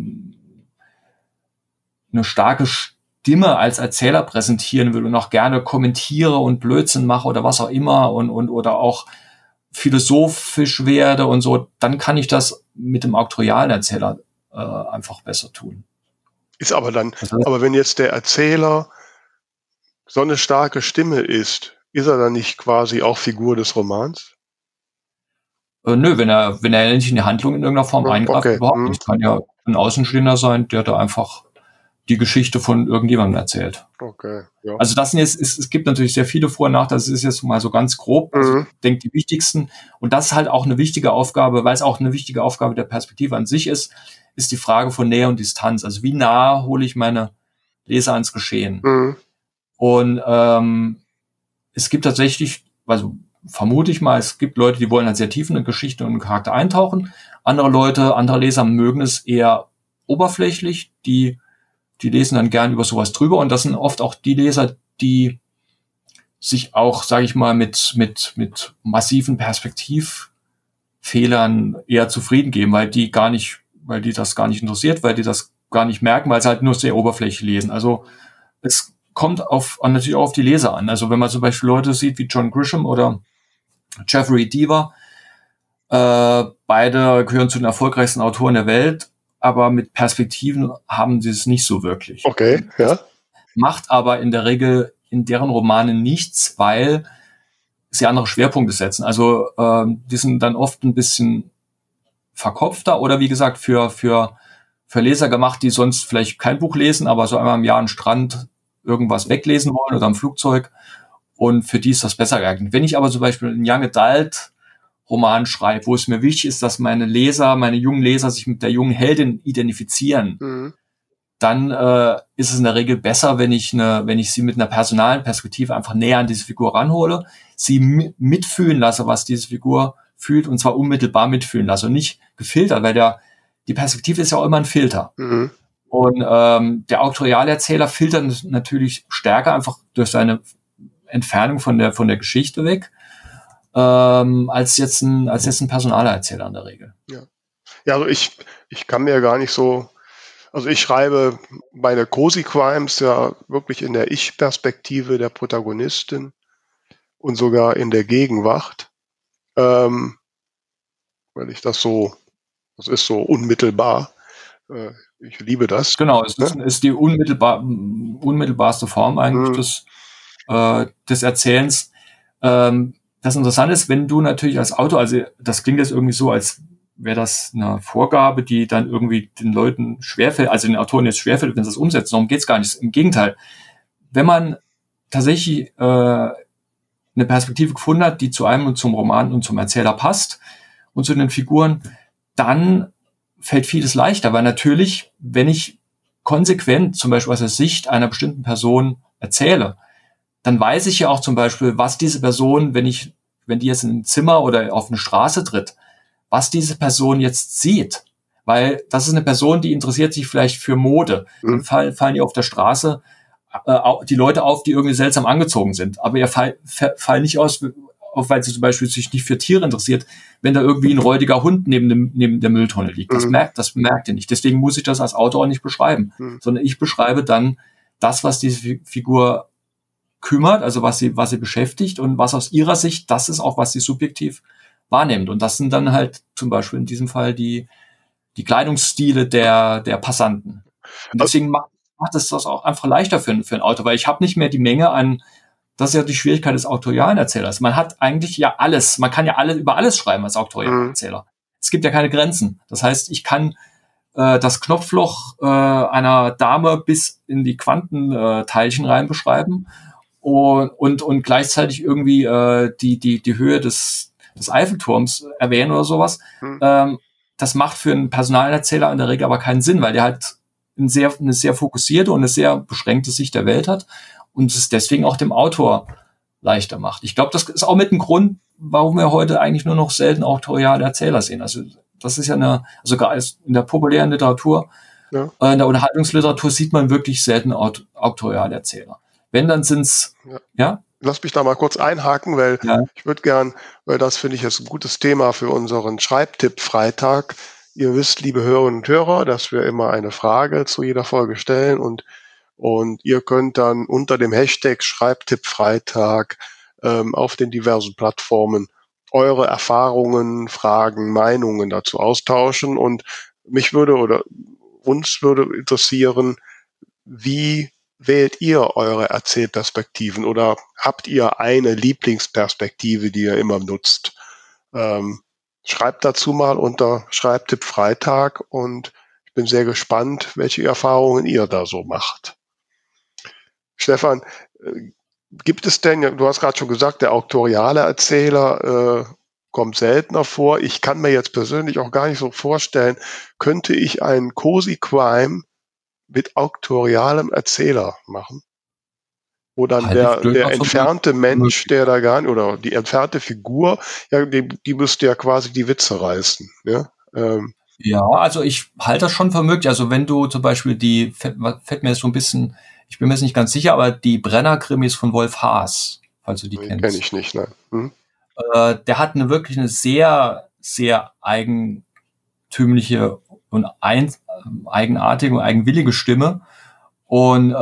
eine starke Stimme als Erzähler präsentieren will und auch gerne kommentiere und Blödsinn mache oder was auch immer und oder auch philosophisch werde und so, dann kann ich das mit dem auktorialen Erzähler einfach besser tun. Ist aber dann, aber wenn jetzt der Erzähler so eine starke Stimme ist er dann nicht quasi auch Figur des Romans? Nö, wenn er nicht in die Handlung in irgendeiner Form eingreift, überhaupt nicht. Kann ja ein Außenstehender sein, der da einfach die Geschichte von irgendjemandem erzählt. Okay, ja. Also das sind es gibt natürlich sehr viele Vor- und Nachteile, das ist jetzt mal so ganz grob, also ich denke die wichtigsten. Und das ist halt auch eine wichtige Aufgabe, weil es auch eine wichtige Aufgabe der Perspektive an sich ist die Frage von Nähe und Distanz. Also wie nah hole ich meine Leser ans Geschehen? Und es gibt tatsächlich, also vermute ich mal, es gibt Leute, die wollen halt sehr tief in eine Geschichte und einen Charakter eintauchen. Andere Leser mögen es eher oberflächlich, die lesen dann gern über sowas drüber. Und das sind oft auch die Leser, die sich auch, sage ich mal, mit massiven Perspektivfehlern eher zufrieden geben, weil die das gar nicht interessiert, weil die das gar nicht merken, weil sie halt nur sehr oberflächlich lesen. Also es kommt natürlich auch auf die Leser an. Also wenn man zum Beispiel Leute sieht wie John Grisham oder Jeffrey Deaver, beide gehören zu den erfolgreichsten Autoren der Welt, aber mit Perspektiven haben sie es nicht so wirklich. Okay, ja. Macht aber in der Regel in deren Romanen nichts, weil sie andere Schwerpunkte setzen. Also die sind dann oft ein bisschen verkopfter oder wie gesagt für Leser gemacht, die sonst vielleicht kein Buch lesen, aber so einmal im Jahr am Strand irgendwas weglesen wollen oder am Flugzeug. Und für die ist das besser geeignet. Wenn ich aber zum Beispiel einen Young Adult Roman schreibe, wo es mir wichtig ist, dass meine jungen Leser sich mit der jungen Heldin identifizieren, dann ist es in der Regel besser, wenn ich sie mit einer personalen Perspektive einfach näher an diese Figur ranhole, sie mitfühlen lasse, was diese Figur fühlt, und zwar unmittelbar mitfühlen lasse und nicht gefiltert, weil die Perspektive ist ja auch immer ein Filter. Und der Autorialerzähler filtert natürlich stärker einfach durch seine Entfernung von der Geschichte weg, als jetzt ein personaler Erzähler in der Regel. Ja, also ich kann mir gar nicht so, also ich schreibe meine Cozy Crimes ja wirklich in der Ich-Perspektive der Protagonistin und sogar in der Gegenwart, weil ich das ist so unmittelbar. Ich liebe das. Genau, es ist die unmittelbarste Form eigentlich des Erzählens. Das Interessante ist, wenn du natürlich als Autor, also das klingt jetzt irgendwie so, als wäre das eine Vorgabe, die dann irgendwie den Leuten schwerfällt, also den Autoren jetzt schwerfällt, wenn sie das umsetzen. Darum geht's gar nicht. Im Gegenteil. Wenn man tatsächlich eine Perspektive gefunden hat, die zu einem und zum Roman und zum Erzähler passt und zu den Figuren, dann fällt vieles leichter, weil natürlich, wenn ich konsequent zum Beispiel aus der Sicht einer bestimmten Person erzähle, dann weiß ich ja auch zum Beispiel, was diese Person, wenn die jetzt in ein Zimmer oder auf eine Straße tritt, was diese Person jetzt sieht. Weil das ist eine Person, die interessiert sich vielleicht für Mode. Dann fallen ihr auf der Straße die Leute auf, die irgendwie seltsam angezogen sind. Aber ihr fallen nicht auf, weil sie zum Beispiel sich nicht für Tiere interessiert, wenn da irgendwie ein räudiger Hund neben der Mülltonne liegt. Das merkt ihr nicht. Deswegen muss ich das als Autor auch nicht beschreiben, sondern ich beschreibe dann das, was diese Figur kümmert, also was sie beschäftigt und was aus ihrer Sicht, das ist auch, was sie subjektiv wahrnimmt. Und das sind dann halt zum Beispiel in diesem Fall die Kleidungsstile der Passanten. Und deswegen macht es das auch einfach leichter für einen Autor, weil ich habe nicht mehr die Menge an das ist ja die Schwierigkeit des autorialen Erzählers. Man hat eigentlich ja alles, man kann ja über alles schreiben als autorialer Erzähler. Es gibt ja keine Grenzen. Das heißt, ich kann das Knopfloch einer Dame bis in die Quantenteilchen rein beschreiben und gleichzeitig irgendwie die Höhe des Eiffelturms erwähnen oder sowas. Das macht für einen Personalerzähler in der Regel aber keinen Sinn, weil der halt eine sehr fokussierte und eine sehr beschränkte Sicht der Welt hat und es deswegen auch dem Autor leichter macht. Ich glaube, das ist auch mit ein Grund, warum wir heute eigentlich nur noch selten autoriale Erzähler sehen. Also das ist ja sogar in der populären Literatur, in der Unterhaltungsliteratur sieht man wirklich selten autoriale Erzähler. Wenn, dann sind's, ja? Lass mich da mal kurz einhaken, weil ich würde gern, weil das finde ich ist ein gutes Thema für unseren Schreibtipp-Freitag. Ihr wisst, liebe Hörerinnen und Hörer, dass wir immer eine Frage zu jeder Folge stellen und ihr könnt dann unter dem Hashtag Schreibtipp-Freitag auf den diversen Plattformen eure Erfahrungen, Fragen, Meinungen dazu austauschen und uns würde interessieren, wie wählt ihr eure Erzählperspektiven oder habt ihr eine Lieblingsperspektive, die ihr immer nutzt? Schreibt dazu mal unter Schreibtipp Freitag und ich bin sehr gespannt, welche Erfahrungen ihr da so macht. Stefan, gibt es denn, du hast gerade schon gesagt, der autoriale Erzähler kommt seltener vor. Ich kann mir jetzt persönlich auch gar nicht so vorstellen, könnte ich einen Cozy Crime mit autorialem Erzähler machen? Wo dann der entfernte Mensch, der da gar nicht, oder die entfernte Figur, ja, die müsste ja quasi die Witze reißen. Ja, ja, also ich halte das schon für möglich. Also wenn du zum Beispiel fällt mir jetzt so ein bisschen, ich bin mir jetzt nicht ganz sicher, aber die Brenner-Krimis von Wolf Haas, falls du die kennst. Kenn ich nicht, nein. Der hat wirklich eine sehr, sehr eigentümliche und eigenartige und eigenwillige Stimme. Und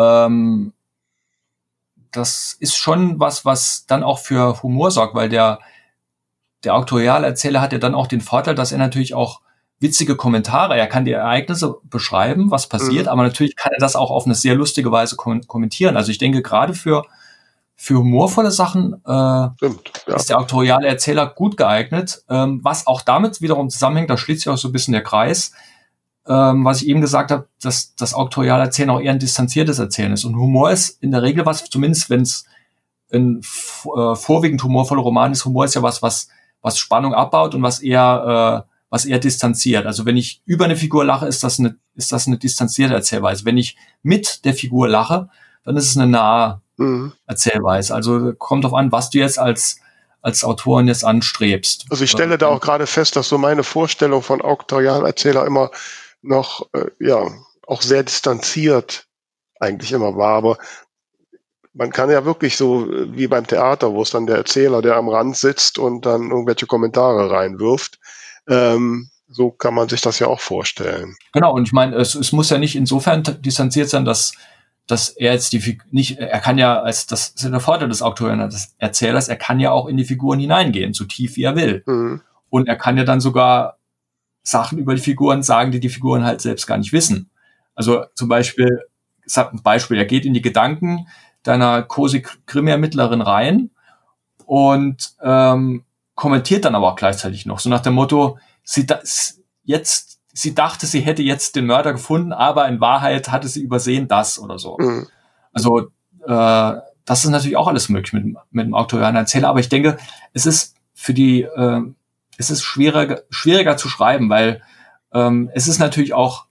das ist schon was dann auch für Humor sorgt, weil der autoriale Erzähler hat ja dann auch den Vorteil, dass er natürlich auch witzige Kommentare, er kann die Ereignisse beschreiben, was passiert, aber natürlich kann er das auch auf eine sehr lustige Weise kommentieren. Also ich denke, gerade für humorvolle Sachen ist der autoriale Erzähler gut geeignet, was auch damit wiederum zusammenhängt, da schließt sich auch so ein bisschen der Kreis, was ich eben gesagt habe, dass das autoriale Erzählen auch eher ein distanziertes Erzählen ist. Und Humor ist in der Regel was, zumindest wenn es ein vorwiegend humorvoller Roman ist, Humor ist ja was Spannung abbaut und was eher distanziert. Also wenn ich über eine Figur lache, ist das eine distanzierte Erzählweise. Wenn ich mit der Figur lache, dann ist es eine nahe Erzählweise. Also kommt drauf an, was du jetzt als Autorin jetzt anstrebst. Also ich stelle da auch gerade fest, dass so meine Vorstellung von autorialen Erzähler immer noch auch sehr distanziert eigentlich immer war. Aber man kann ja wirklich so wie beim Theater, wo es dann der Erzähler, der am Rand sitzt und dann irgendwelche Kommentare reinwirft. So kann man sich das ja auch vorstellen. Genau, und ich meine, es muss ja nicht insofern distanziert sein, dass er jetzt er kann ja, das ist ja der Vorteil des autorialen Erzählers, er kann ja auch in die Figuren hineingehen, so tief wie er will. Und er kann ja dann sogar Sachen über die Figuren sagen, die Figuren halt selbst gar nicht wissen. Also zum Beispiel, er geht in die Gedanken deiner Cozy-Krimi-Ermittlerin rein und kommentiert dann aber auch gleichzeitig noch, so nach dem Motto, sie dachte, sie hätte jetzt den Mörder gefunden, aber in Wahrheit hatte sie übersehen das oder so. Also das ist natürlich auch alles möglich mit dem autorialen Erzähler, aber ich denke, es ist es ist schwieriger zu schreiben, weil es ist natürlich auch,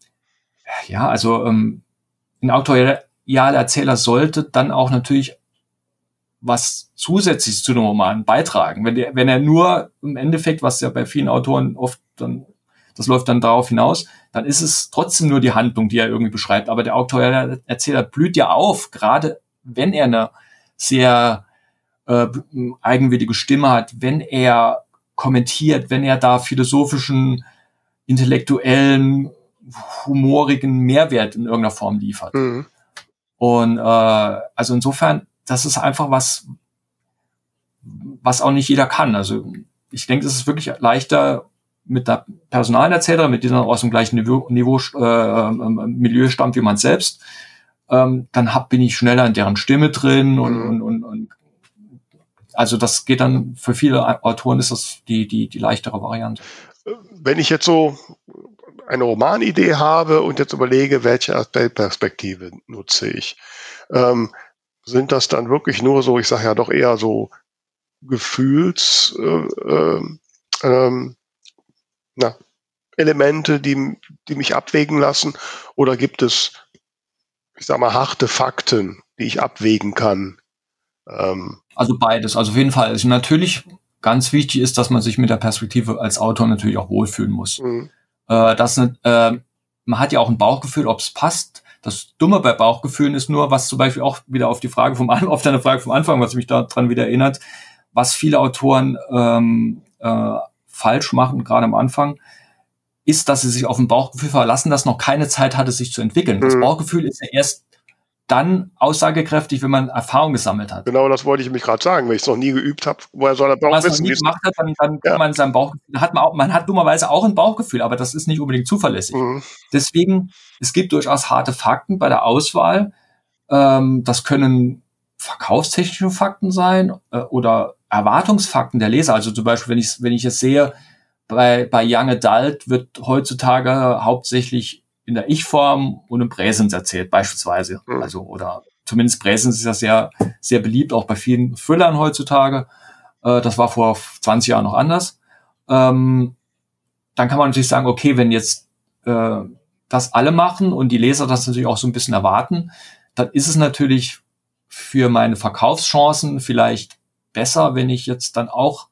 ein autorialer Erzähler sollte dann auch natürlich was Zusätzliches zu dem Roman beitragen. Wenn er nur im Endeffekt, was ja bei vielen Autoren oft dann, das läuft dann darauf hinaus, dann ist es trotzdem nur die Handlung, die er irgendwie beschreibt. Aber der autoriale Erzähler blüht ja auf, gerade wenn er eine sehr eigenwillige Stimme hat, wenn er kommentiert, wenn er da philosophischen, intellektuellen, humorigen Mehrwert in irgendeiner Form liefert. Und also insofern, das ist einfach was auch nicht jeder kann. Also ich denke, es ist wirklich leichter mit der Personalerzählerin, mit die dann aus dem gleichen Milieu stammt wie man selbst, bin ich schneller in deren Stimme drin und also das geht dann, für viele Autoren ist das die leichtere Variante. Wenn ich jetzt so eine Romanidee habe und jetzt überlege, welche Perspektive nutze ich, sind das dann wirklich nur so, ich sage ja doch eher so Elemente, die mich abwägen lassen, oder gibt es, ich sag mal, harte Fakten, die ich abwägen kann? Also beides. Also auf jeden Fall. Also natürlich ganz wichtig ist, dass man sich mit der Perspektive als Autor natürlich auch wohlfühlen muss. Man hat ja auch ein Bauchgefühl, ob es passt. Das Dumme bei Bauchgefühlen ist nur, was zum Beispiel auch wieder auf deine Frage vom Anfang, was mich daran wieder erinnert, was viele Autoren falsch machen, gerade am Anfang, ist, dass sie sich auf ein Bauchgefühl verlassen, das noch keine Zeit hatte, sich zu entwickeln. Das Bauchgefühl ist ja erst dann aussagekräftig, wenn man Erfahrung gesammelt hat. Genau, das wollte ich mich gerade sagen. Wenn ich es noch nie geübt habe, woher soll er Bauch wissen? Wenn man es noch nie gemacht hat, dann kann man sein Bauchgefühl, man hat dummerweise auch ein Bauchgefühl, aber das ist nicht unbedingt zuverlässig. Deswegen, es gibt durchaus harte Fakten bei der Auswahl. Das können verkaufstechnische Fakten sein oder Erwartungsfakten der Leser. Also zum Beispiel, wenn ich es sehe, bei Young Adult wird heutzutage hauptsächlich in der Ich-Form und im Präsens erzählt, beispielsweise. Also, oder zumindest Präsens ist ja sehr, sehr beliebt, auch bei vielen Thrillern heutzutage. Das war vor 20 Jahren noch anders. Dann kann man natürlich sagen, okay, wenn jetzt das alle machen und die Leser das natürlich auch so ein bisschen erwarten, dann ist es natürlich für meine Verkaufschancen vielleicht besser, wenn ich jetzt dann auch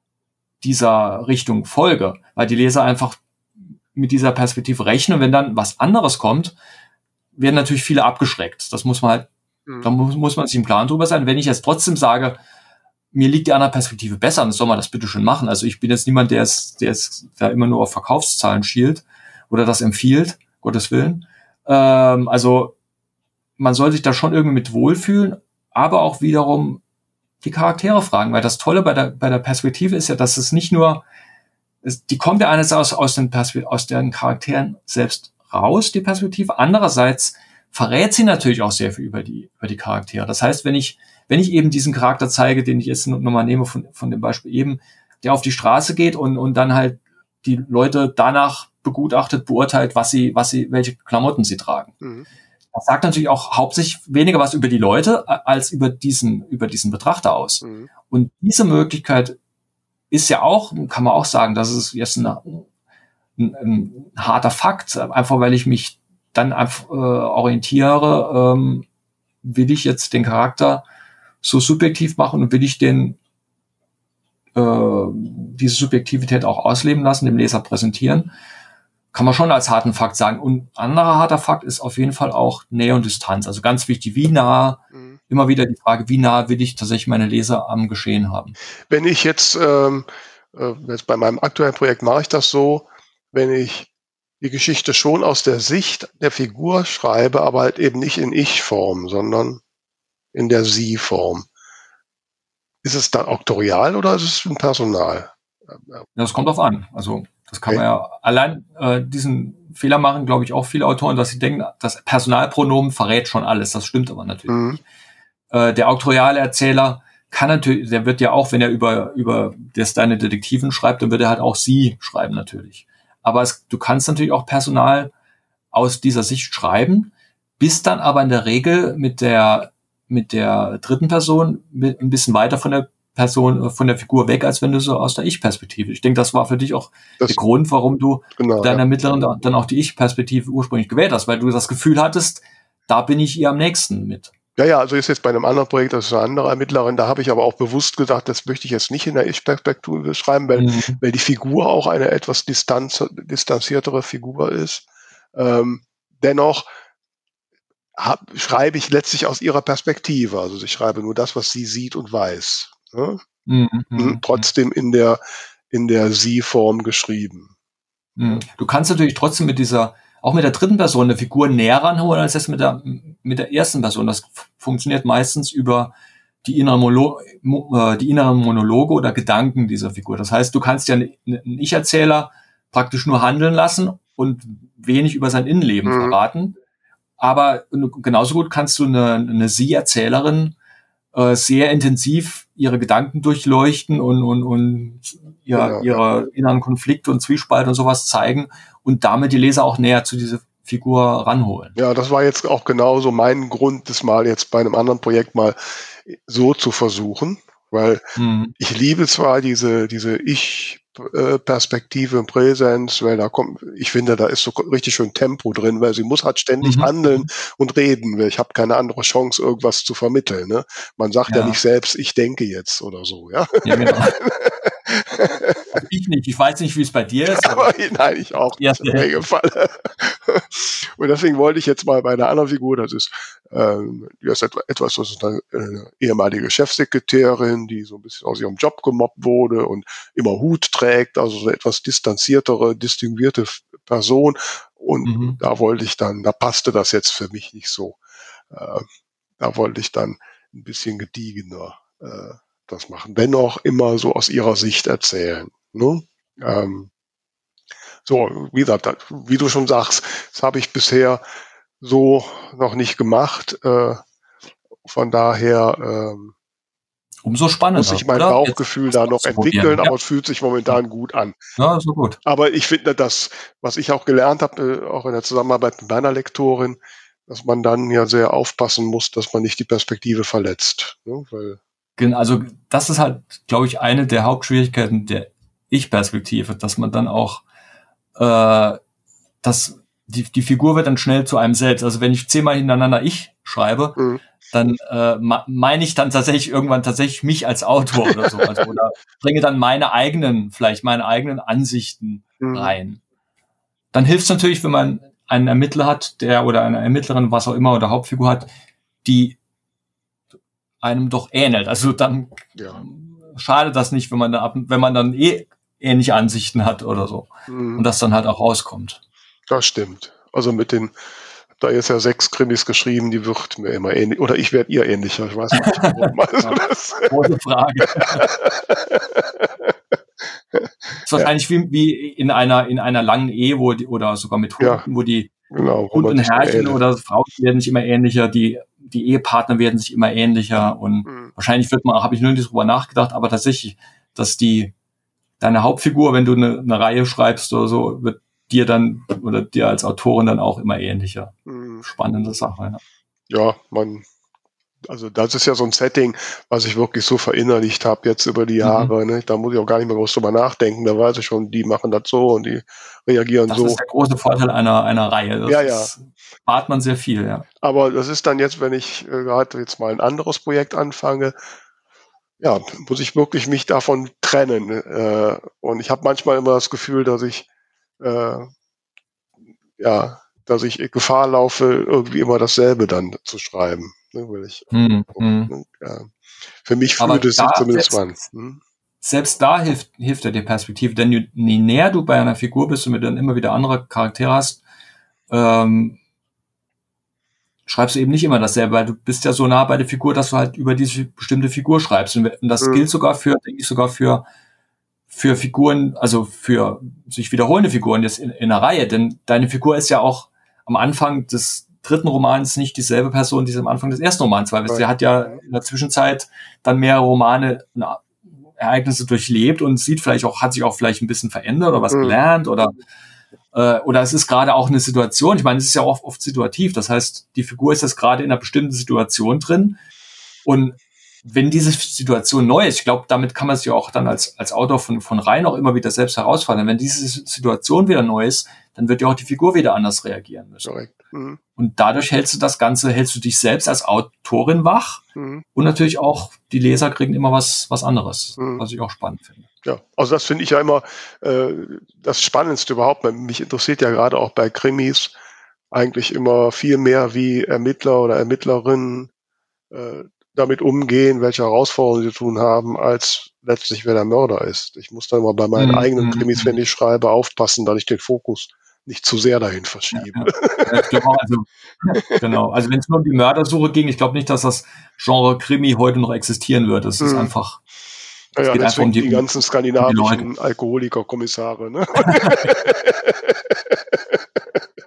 dieser Richtung folge, weil die Leser einfach mit dieser Perspektive rechnen. Wenn dann was anderes kommt, werden natürlich viele abgeschreckt. Das muss man halt, da muss man sich im Klaren drüber sein. Wenn ich jetzt trotzdem sage, mir liegt die andere Perspektive besser, dann soll man das bitte schön machen. Also ich bin jetzt niemand, der da immer nur auf Verkaufszahlen schielt oder das empfiehlt, Gottes Willen. Also man soll sich da schon irgendwie mit wohlfühlen, aber auch wiederum die Charaktere fragen, weil das Tolle bei der Perspektive ist ja, dass es nicht nur, die kommt ja einerseits aus den Charakteren selbst raus, die Perspektive. Andererseits verrät sie natürlich auch sehr viel über die Charaktere. Das heißt, wenn ich eben diesen Charakter zeige, den ich jetzt nochmal nehme von dem Beispiel eben, der auf die Straße geht und dann halt die Leute danach begutachtet, beurteilt, welche Klamotten sie tragen. Das sagt natürlich auch hauptsächlich weniger was über die Leute als über diesen Betrachter aus. Und diese Möglichkeit ist ja auch, kann man auch sagen, das ist jetzt ein harter Fakt, einfach weil ich mich dann orientiere, will ich jetzt den Charakter so subjektiv machen und will ich diese Subjektivität auch ausleben lassen, dem Leser präsentieren, kann man schon als harten Fakt sagen. Und ein anderer harter Fakt ist auf jeden Fall auch Nähe und Distanz. Also ganz wichtig, wie nah, immer wieder die Frage, wie nah will ich tatsächlich meine Leser am Geschehen haben. Wenn ich jetzt bei meinem aktuellen Projekt mache ich das so, wenn ich die Geschichte schon aus der Sicht der Figur schreibe, aber halt eben nicht in Ich-Form, sondern in der Sie-Form. Ist es dann auktorial oder ist es ein Personal? Ja, das kommt drauf an. Also das kann man ja allein diesen Fehler machen, glaube ich, auch viele Autoren, dass sie denken, das Personalpronomen verrät schon alles. Das stimmt aber natürlich nicht. Der auktoriale Erzähler kann natürlich, der wird ja auch, wenn er über deine Detektiven schreibt, dann wird er halt auch sie schreiben natürlich. Aber du kannst natürlich auch Personal aus dieser Sicht schreiben, bist dann aber in der Regel mit der dritten Person ein bisschen weiter von der Person, von der Figur weg, als wenn du so aus der Ich-Perspektive. Ich denke, das war für dich auch der Grund, warum du deiner Ermittlerin dann auch die Ich-Perspektive ursprünglich gewählt hast, weil du das Gefühl hattest, da bin ich ihr am nächsten mit. Ja, also ist jetzt bei einem anderen Projekt, das ist eine andere Ermittlerin, da habe ich aber auch bewusst gesagt, das möchte ich jetzt nicht in der Ich-Perspektive schreiben, weil die Figur auch eine etwas distanziertere Figur ist. Dennoch schreibe ich letztlich aus ihrer Perspektive. Also ich schreibe nur das, was sie sieht und weiß. Ne? Trotzdem in der Sie-Form geschrieben. Du kannst natürlich trotzdem auch mit der dritten Person eine Figur näher ranholen als jetzt mit der ersten Person. Das funktioniert meistens über die inneren Monologe oder Gedanken dieser Figur. Das heißt, du kannst ja einen Ich-Erzähler praktisch nur handeln lassen und wenig über sein Innenleben verraten. Aber genauso gut kannst du eine Sie-Erzählerin sehr intensiv ihre Gedanken durchleuchten und ihre inneren Konflikte und Zwiespalt und sowas zeigen und damit die Leser auch näher zu dieser Figur ranholen. Ja, das war jetzt auch genauso mein Grund, das mal jetzt bei einem anderen Projekt mal so zu versuchen, weil ich liebe zwar diese Ich-Perspektive und Präsenz, weil ich finde, da ist so richtig schön Tempo drin, weil sie muss halt ständig handeln und reden, weil ich habe keine andere Chance, irgendwas zu vermitteln. Ne? Man sagt ja nicht selbst, ich denke jetzt oder so, ja. Ja, genau. Ich nicht. Ich weiß nicht, wie es bei dir ist. Aber nein, ich auch nicht im Regelfall. Und deswegen wollte ich jetzt mal bei einer anderen Figur, das ist eine ehemalige Chefsekretärin, die so ein bisschen aus ihrem Job gemobbt wurde und immer Hut trägt, also so eine etwas distanziertere, distinguierte Person. Und da passte das jetzt für mich nicht so. Da wollte ich dann ein bisschen gediegener das machen, wenn auch immer so aus ihrer Sicht erzählen. Ne? So, wie gesagt, wie du schon sagst, das habe ich bisher so noch nicht gemacht. Von daher umso spannender, muss ich mein Bauchgefühl da noch entwickeln, aber es fühlt sich momentan gut an. Ja, so gut. Aber ich finde, das, was ich auch gelernt habe, auch in der Zusammenarbeit mit meiner Lektorin, dass man dann ja sehr aufpassen muss, dass man nicht die Perspektive verletzt. Ne? Also das ist halt, glaube ich, eine der Hauptschwierigkeiten der Ich-Perspektive, dass man dann auch die Figur wird dann schnell zu einem selbst. Also wenn ich 10-mal hintereinander ich schreibe, dann meine ich dann irgendwann mich als Autor oder so. Also, oder bringe dann meine eigenen Ansichten rein. Dann hilft es natürlich, wenn man einen Ermittler hat, oder eine Ermittlerin, was auch immer, oder Hauptfigur hat, die einem doch ähnelt. Also dann schadet das nicht, wenn man dann ähnliche Ansichten hat oder so. Und das dann halt auch rauskommt. Das stimmt. Also da ist ja 6 Krimis geschrieben, die wird mir immer ähnlich, oder ich werde ihr ähnlicher, ich weiß nicht warum. Also große Frage. Das ist wahrscheinlich wie in einer langen Ehe, oder sogar mit Hunden, wo die Hund und Herrchen oder Frauen werden sich immer ähnlicher, die Ehepartner werden sich immer ähnlicher und wahrscheinlich habe ich nur nicht drüber nachgedacht, aber tatsächlich, dass deine Hauptfigur, wenn du eine Reihe schreibst oder so, wird dir dann oder dir als Autorin dann auch immer ähnlicher. Spannende Sache. Ja, also das ist ja so ein Setting, was ich wirklich so verinnerlicht habe jetzt über die Jahre. Ne? Da muss ich auch gar nicht mehr groß drüber nachdenken. Da weiß ich schon, die machen das so und die reagieren so. Das ist der große Vorteil einer Reihe. Das spart man sehr viel, ja. Aber das ist dann jetzt, wenn ich gerade jetzt mal ein anderes Projekt anfange, ja, muss ich wirklich mich davon trennen. Und ich habe manchmal immer das Gefühl, dass ich Gefahr laufe, irgendwie immer dasselbe dann zu schreiben. Ne, weil ich, für mich fühlt es sich zumindest an. Selbst da hilft ja die Perspektive, denn je näher du bei einer Figur bist und du dann immer wieder andere Charaktere hast, schreibst du eben nicht immer dasselbe, weil du bist ja so nah bei der Figur, dass du halt über diese bestimmte Figur schreibst. Und das gilt sogar für Figuren, also für sich wiederholende Figuren jetzt in einer Reihe, denn deine Figur ist ja auch am Anfang des 3. Romans nicht dieselbe Person, die ist am Anfang des 1. Romans, weil sie hat ja in der Zwischenzeit dann mehrere Romane, Ereignisse durchlebt und hat sich auch vielleicht ein bisschen verändert oder was gelernt oder es ist gerade auch eine Situation, ich meine, es ist ja auch oft situativ, das heißt, die Figur ist jetzt gerade in einer bestimmten Situation drin und wenn diese Situation neu ist, ich glaube, damit kann man sich auch dann als Autor von Reihen auch immer wieder selbst herausfordern. Wenn diese Situation wieder neu ist, dann wird ja auch die Figur wieder anders reagieren müssen. Korrekt. Und dadurch hältst du dich selbst als Autorin wach und natürlich auch die Leser kriegen immer was anderes, was ich auch spannend finde. Ja, also das finde ich ja immer das Spannendste überhaupt. Mich interessiert ja gerade auch bei Krimis eigentlich immer viel mehr, wie Ermittler oder Ermittlerinnen damit umgehen, welche Herausforderungen sie tun haben, als letztlich wer der Mörder ist. Ich muss dann mal bei meinen eigenen Krimis, wenn ich schreibe, aufpassen, dass ich den Fokus nicht zu sehr dahin verschiebe. Ja, ich glaube auch, genau. Also wenn es nur um die Mördersuche ging, ich glaube nicht, dass das Genre Krimi heute noch existieren wird. Das ist einfach. Ja, geht einfach um die ganzen skandinavischen Alkoholiker-Kommissare. Ne?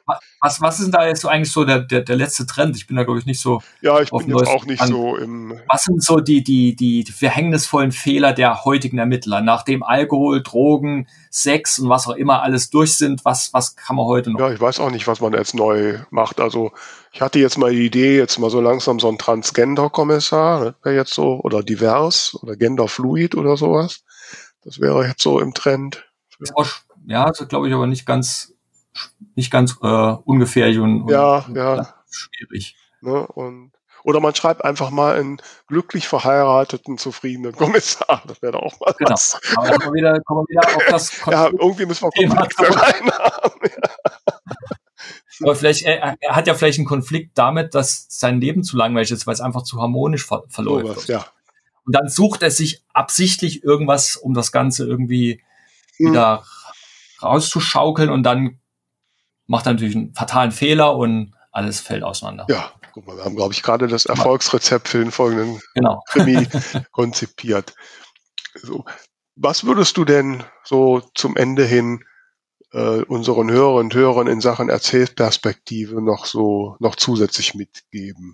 Was ist denn da jetzt so eigentlich so der letzte Trend? Ich bin da, glaube ich, nicht so Ja, ich auf bin dem jetzt neuesten auch nicht Stand. so im... Was sind so die verhängnisvollen Fehler der heutigen Ermittler? Nachdem Alkohol, Drogen, Sex und was auch immer alles durch sind, was kann man heute noch? Ja, ich weiß auch nicht, was man jetzt neu macht. Also ich hatte jetzt mal die Idee, jetzt mal so langsam so ein Transgender-Kommissar, ne, wäre jetzt so, oder divers oder genderfluid oder sowas. Das wäre jetzt so im Trend. Ist auch, ja, das glaube ich aber nicht ganz ungefährlich und Ja. schwierig. Ne, oder man schreibt einfach mal einen glücklich verheirateten, zufriedenen Kommissar. Das wäre doch auch mal Genau. was. Aber dann kommen wir wieder auf das Ja, irgendwie müssen wir Thema Konflikte reinhaben. Aber vielleicht, er hat ja vielleicht einen Konflikt damit, dass sein Leben zu langweilig ist, weil es einfach zu harmonisch verläuft. Sowas, ja. Und dann sucht er sich absichtlich irgendwas, um das Ganze irgendwie wieder rauszuschaukeln, und dann macht er natürlich einen fatalen Fehler und alles fällt auseinander. Ja, guck mal, wir haben, glaube ich, gerade das Erfolgsrezept für den folgenden Krimi konzipiert. So, was würdest du denn so zum Ende hin unseren Hörerinnen und Hörern in Sachen Erzählperspektive noch zusätzlich mitgeben?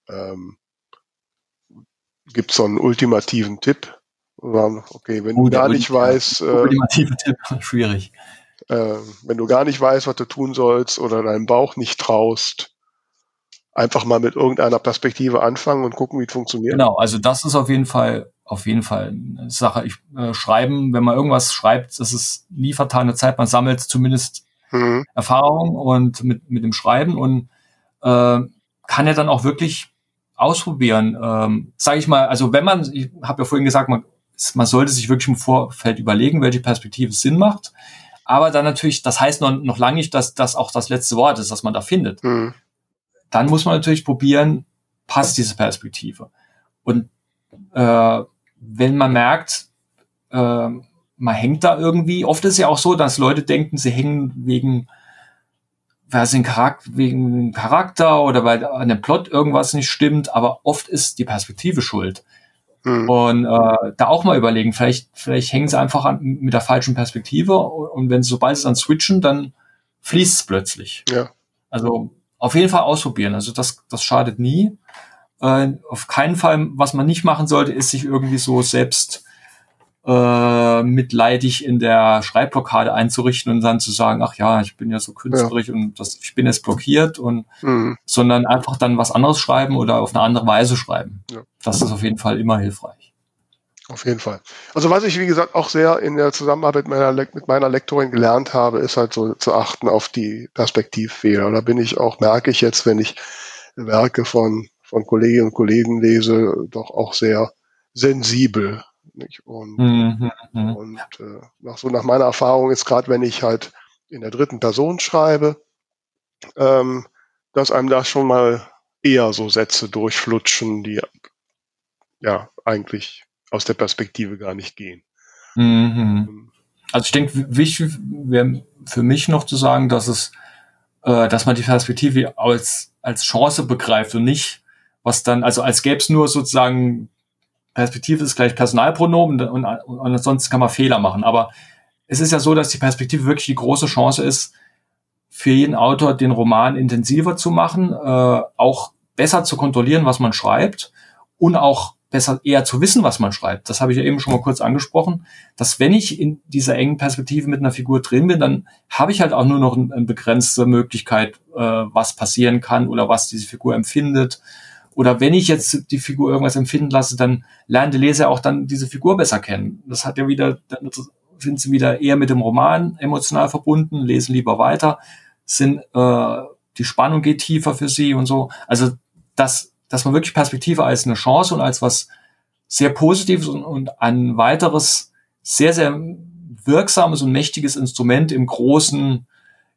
Gibt es so einen ultimativen Tipp? Okay, wenn du gar nicht weißt, ultimative Tipp, schwierig. Wenn du gar nicht weißt, was du tun sollst oder deinem Bauch nicht traust, einfach mal mit irgendeiner Perspektive anfangen und gucken, wie es funktioniert. Genau, also das ist auf jeden Fall eine Sache. Schreiben, wenn man irgendwas schreibt, das ist nie vertane Zeit. Man sammelt zumindest Erfahrung und mit dem Schreiben und kann ja dann auch wirklich ausprobieren. Sage ich mal, also ich habe ja vorhin gesagt, man sollte sich wirklich im Vorfeld überlegen, welche Perspektive Sinn macht. Aber dann natürlich, das heißt noch lange nicht, dass das auch das letzte Wort ist, das man da findet. Dann muss man natürlich probieren, passt diese Perspektive. Und wenn man merkt, man hängt da irgendwie, oft ist es ja auch so, dass Leute denken, sie hängen wegen Charakter oder weil an dem Plot irgendwas nicht stimmt, aber oft ist die Perspektive schuld. Und da auch mal überlegen, vielleicht hängen sie einfach mit der falschen Perspektive, und sobald sie dann switchen, dann fließt es plötzlich. Ja. Also auf jeden Fall ausprobieren, also das schadet nie. Auf keinen Fall, was man nicht machen sollte, ist sich irgendwie so selbst mitleidig in der Schreibblockade einzurichten und dann zu sagen, ach ja, ich bin ja so künstlerisch und ich bin jetzt blockiert, sondern einfach dann was anderes schreiben oder auf eine andere Weise schreiben. Ja. Das ist auf jeden Fall immer hilfreich. Auf jeden Fall. Also was ich, wie gesagt, auch sehr in der Zusammenarbeit mit meiner Lektorin gelernt habe, ist halt so zu achten auf die Perspektivfehler. Da merke ich jetzt, wenn ich Werke von Kolleginnen und Kollegen lese, doch auch sehr sensibel. Nicht? Und nach meiner Erfahrung ist, gerade wenn ich halt in der dritten Person schreibe, dass einem da schon mal eher so Sätze durchflutschen, die ja eigentlich aus der Perspektive gar nicht gehen. Also ich denke, wichtig wäre für mich noch zu sagen, dass man die Perspektive als Chance begreift und nicht, was dann, also als gäbe es nur sozusagen Perspektive ist gleich Personalpronomen und ansonsten kann man Fehler machen. Aber es ist ja so, dass die Perspektive wirklich die große Chance ist, für jeden Autor den Roman intensiver zu machen, auch besser zu kontrollieren, was man schreibt, und auch besser eher zu wissen, was man schreibt. Das habe ich ja eben schon mal kurz angesprochen, dass wenn ich in dieser engen Perspektive mit einer Figur drin bin, dann habe ich halt auch nur noch eine begrenzte Möglichkeit, was passieren kann oder was diese Figur empfindet. Oder wenn ich jetzt die Figur irgendwas empfinden lasse, dann lernt der Leser auch dann diese Figur besser kennen. Das hat ja wieder, dann sind sie wieder eher mit dem Roman emotional verbunden, lesen lieber weiter, die Spannung geht tiefer für sie und so. Also, dass man wirklich Perspektive als eine Chance und als was sehr Positives und ein weiteres, sehr, sehr wirksames und mächtiges Instrument im großen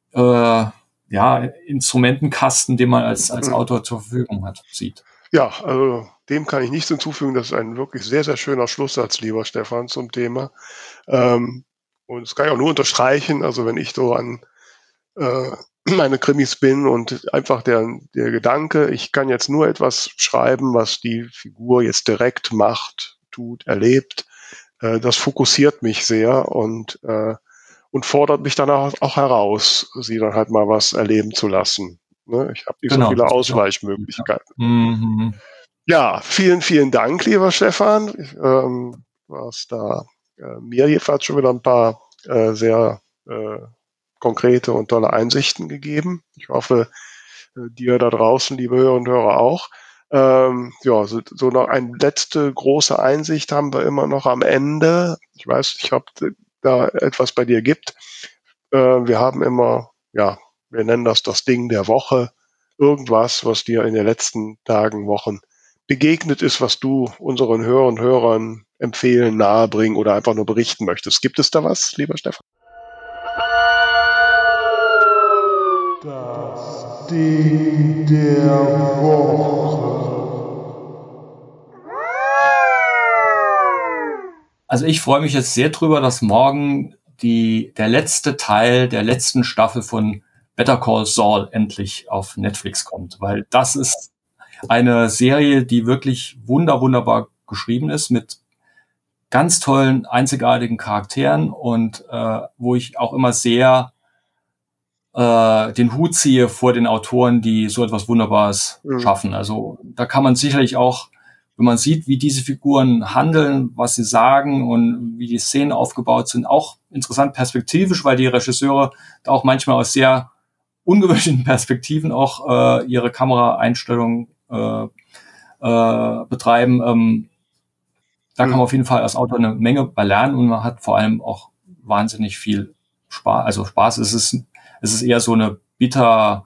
Instrumentenkasten, den man als Autor zur Verfügung hat, sieht. Ja, also dem kann ich nichts hinzufügen. Das ist ein wirklich sehr, sehr schöner Schlusssatz, lieber Stefan, zum Thema. Und das kann ich auch nur unterstreichen. Also wenn ich so an meine Krimis bin und einfach der Gedanke, ich kann jetzt nur etwas schreiben, was die Figur jetzt direkt macht, tut, erlebt, das fokussiert mich sehr und und fordert mich dann auch heraus, sie dann halt mal was erleben zu lassen. Ne? Ich habe nicht so viele Ausweichmöglichkeiten. Mhm. Ja, vielen, vielen Dank, lieber Stefan. Du hast da mir jedenfalls schon wieder ein paar sehr konkrete und tolle Einsichten gegeben. Ich hoffe, dir da draußen, liebe Hörer und Hörer, auch. So noch eine letzte große Einsicht haben wir immer noch am Ende. Ich weiß nicht, ob da etwas bei dir gibt. Wir haben immer, wir nennen das Ding der Woche. Irgendwas, was dir in den letzten Tagen, Wochen begegnet ist, was du unseren Hörern und Hörern empfehlen, nahebringen oder einfach nur berichten möchtest. Gibt es da was, lieber Stefan? Das Ding der Woche. Also ich freue mich jetzt sehr drüber, dass morgen der letzte Teil der letzten Staffel von Better Call Saul endlich auf Netflix kommt, weil das ist eine Serie, die wirklich wunderbar geschrieben ist, mit ganz tollen, einzigartigen Charakteren und wo ich auch immer sehr den Hut ziehe vor den Autoren, die so etwas Wunderbares schaffen. Also da kann man sicherlich auch, wenn man sieht, wie diese Figuren handeln, was sie sagen und wie die Szenen aufgebaut sind, auch interessant perspektivisch, weil die Regisseure da auch manchmal aus sehr ungewöhnlichen Perspektiven auch ihre Kameraeinstellungen betreiben. Da kann man auf jeden Fall als Autor eine Menge bei lernen und man hat vor allem auch wahnsinnig viel Spaß. Also Spaß ist es eher so eine bitter,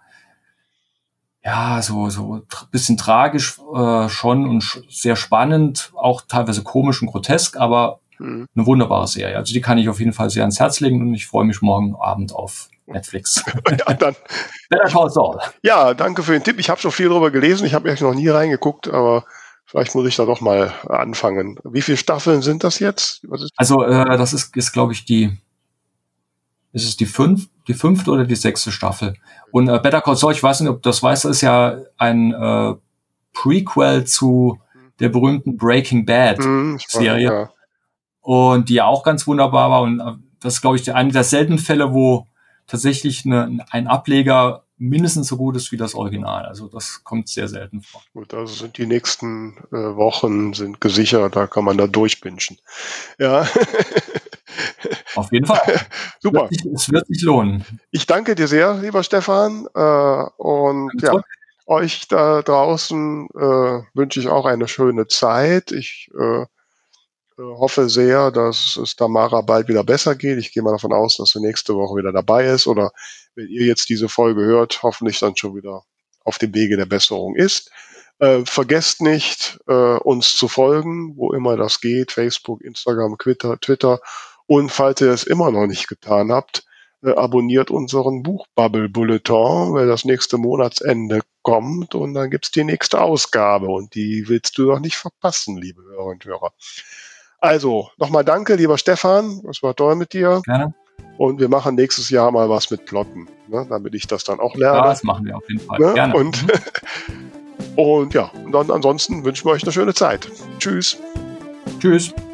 so bisschen tragisch schon und sehr spannend, auch teilweise komisch und grotesk, aber eine wunderbare Serie. Also die kann ich auf jeden Fall sehr ans Herz legen und ich freue mich morgen Abend auf Netflix. Ja, dann. Better Call Saul. Ja, danke für den Tipp. Ich habe schon viel drüber gelesen. Ich habe echt noch nie reingeguckt, aber vielleicht muss ich da doch mal anfangen. Wie viele Staffeln sind das jetzt? Also das ist glaube ich ist es die fünfte oder die 6. Staffel. Und Better Call Saul, ich weiß nicht, ob du das weißt, ist ja ein Prequel zu der berühmten Breaking Bad Serie. Ja. Und die ja auch ganz wunderbar war. Und das ist, glaube ich, einer der seltenen Fälle, wo tatsächlich ein Ableger mindestens so gut ist wie das Original. Also das kommt sehr selten vor. Gut, also sind die nächsten Wochen sind gesichert, da kann man da durchbingen. Ja. Auf jeden Fall. Super. Es wird sich lohnen. Ich danke dir sehr, lieber Stefan. Und ja, euch da draußen wünsche ich auch eine schöne Zeit. Ich hoffe sehr, dass es Tamara bald wieder besser geht. Ich gehe mal davon aus, dass sie nächste Woche wieder dabei ist oder wenn ihr jetzt diese Folge hört, hoffentlich dann schon wieder auf dem Wege der Besserung ist. Vergesst nicht, uns zu folgen, wo immer das geht, Facebook, Instagram, Twitter. Und falls ihr es immer noch nicht getan habt, abonniert unseren Buchbubble-Bulletin, weil das nächste Monatsende kommt und dann gibt's die nächste Ausgabe und die willst du doch nicht verpassen, liebe Hörer und Hörer. Also, nochmal danke, lieber Stefan. Es war toll mit dir. Gerne. Und wir machen nächstes Jahr mal was mit Plotten, ne, damit ich das dann auch lerne. Ja, das machen wir auf jeden Fall. Ne? Gerne. Und ja, und dann ansonsten wünschen wir euch eine schöne Zeit. Tschüss. Tschüss.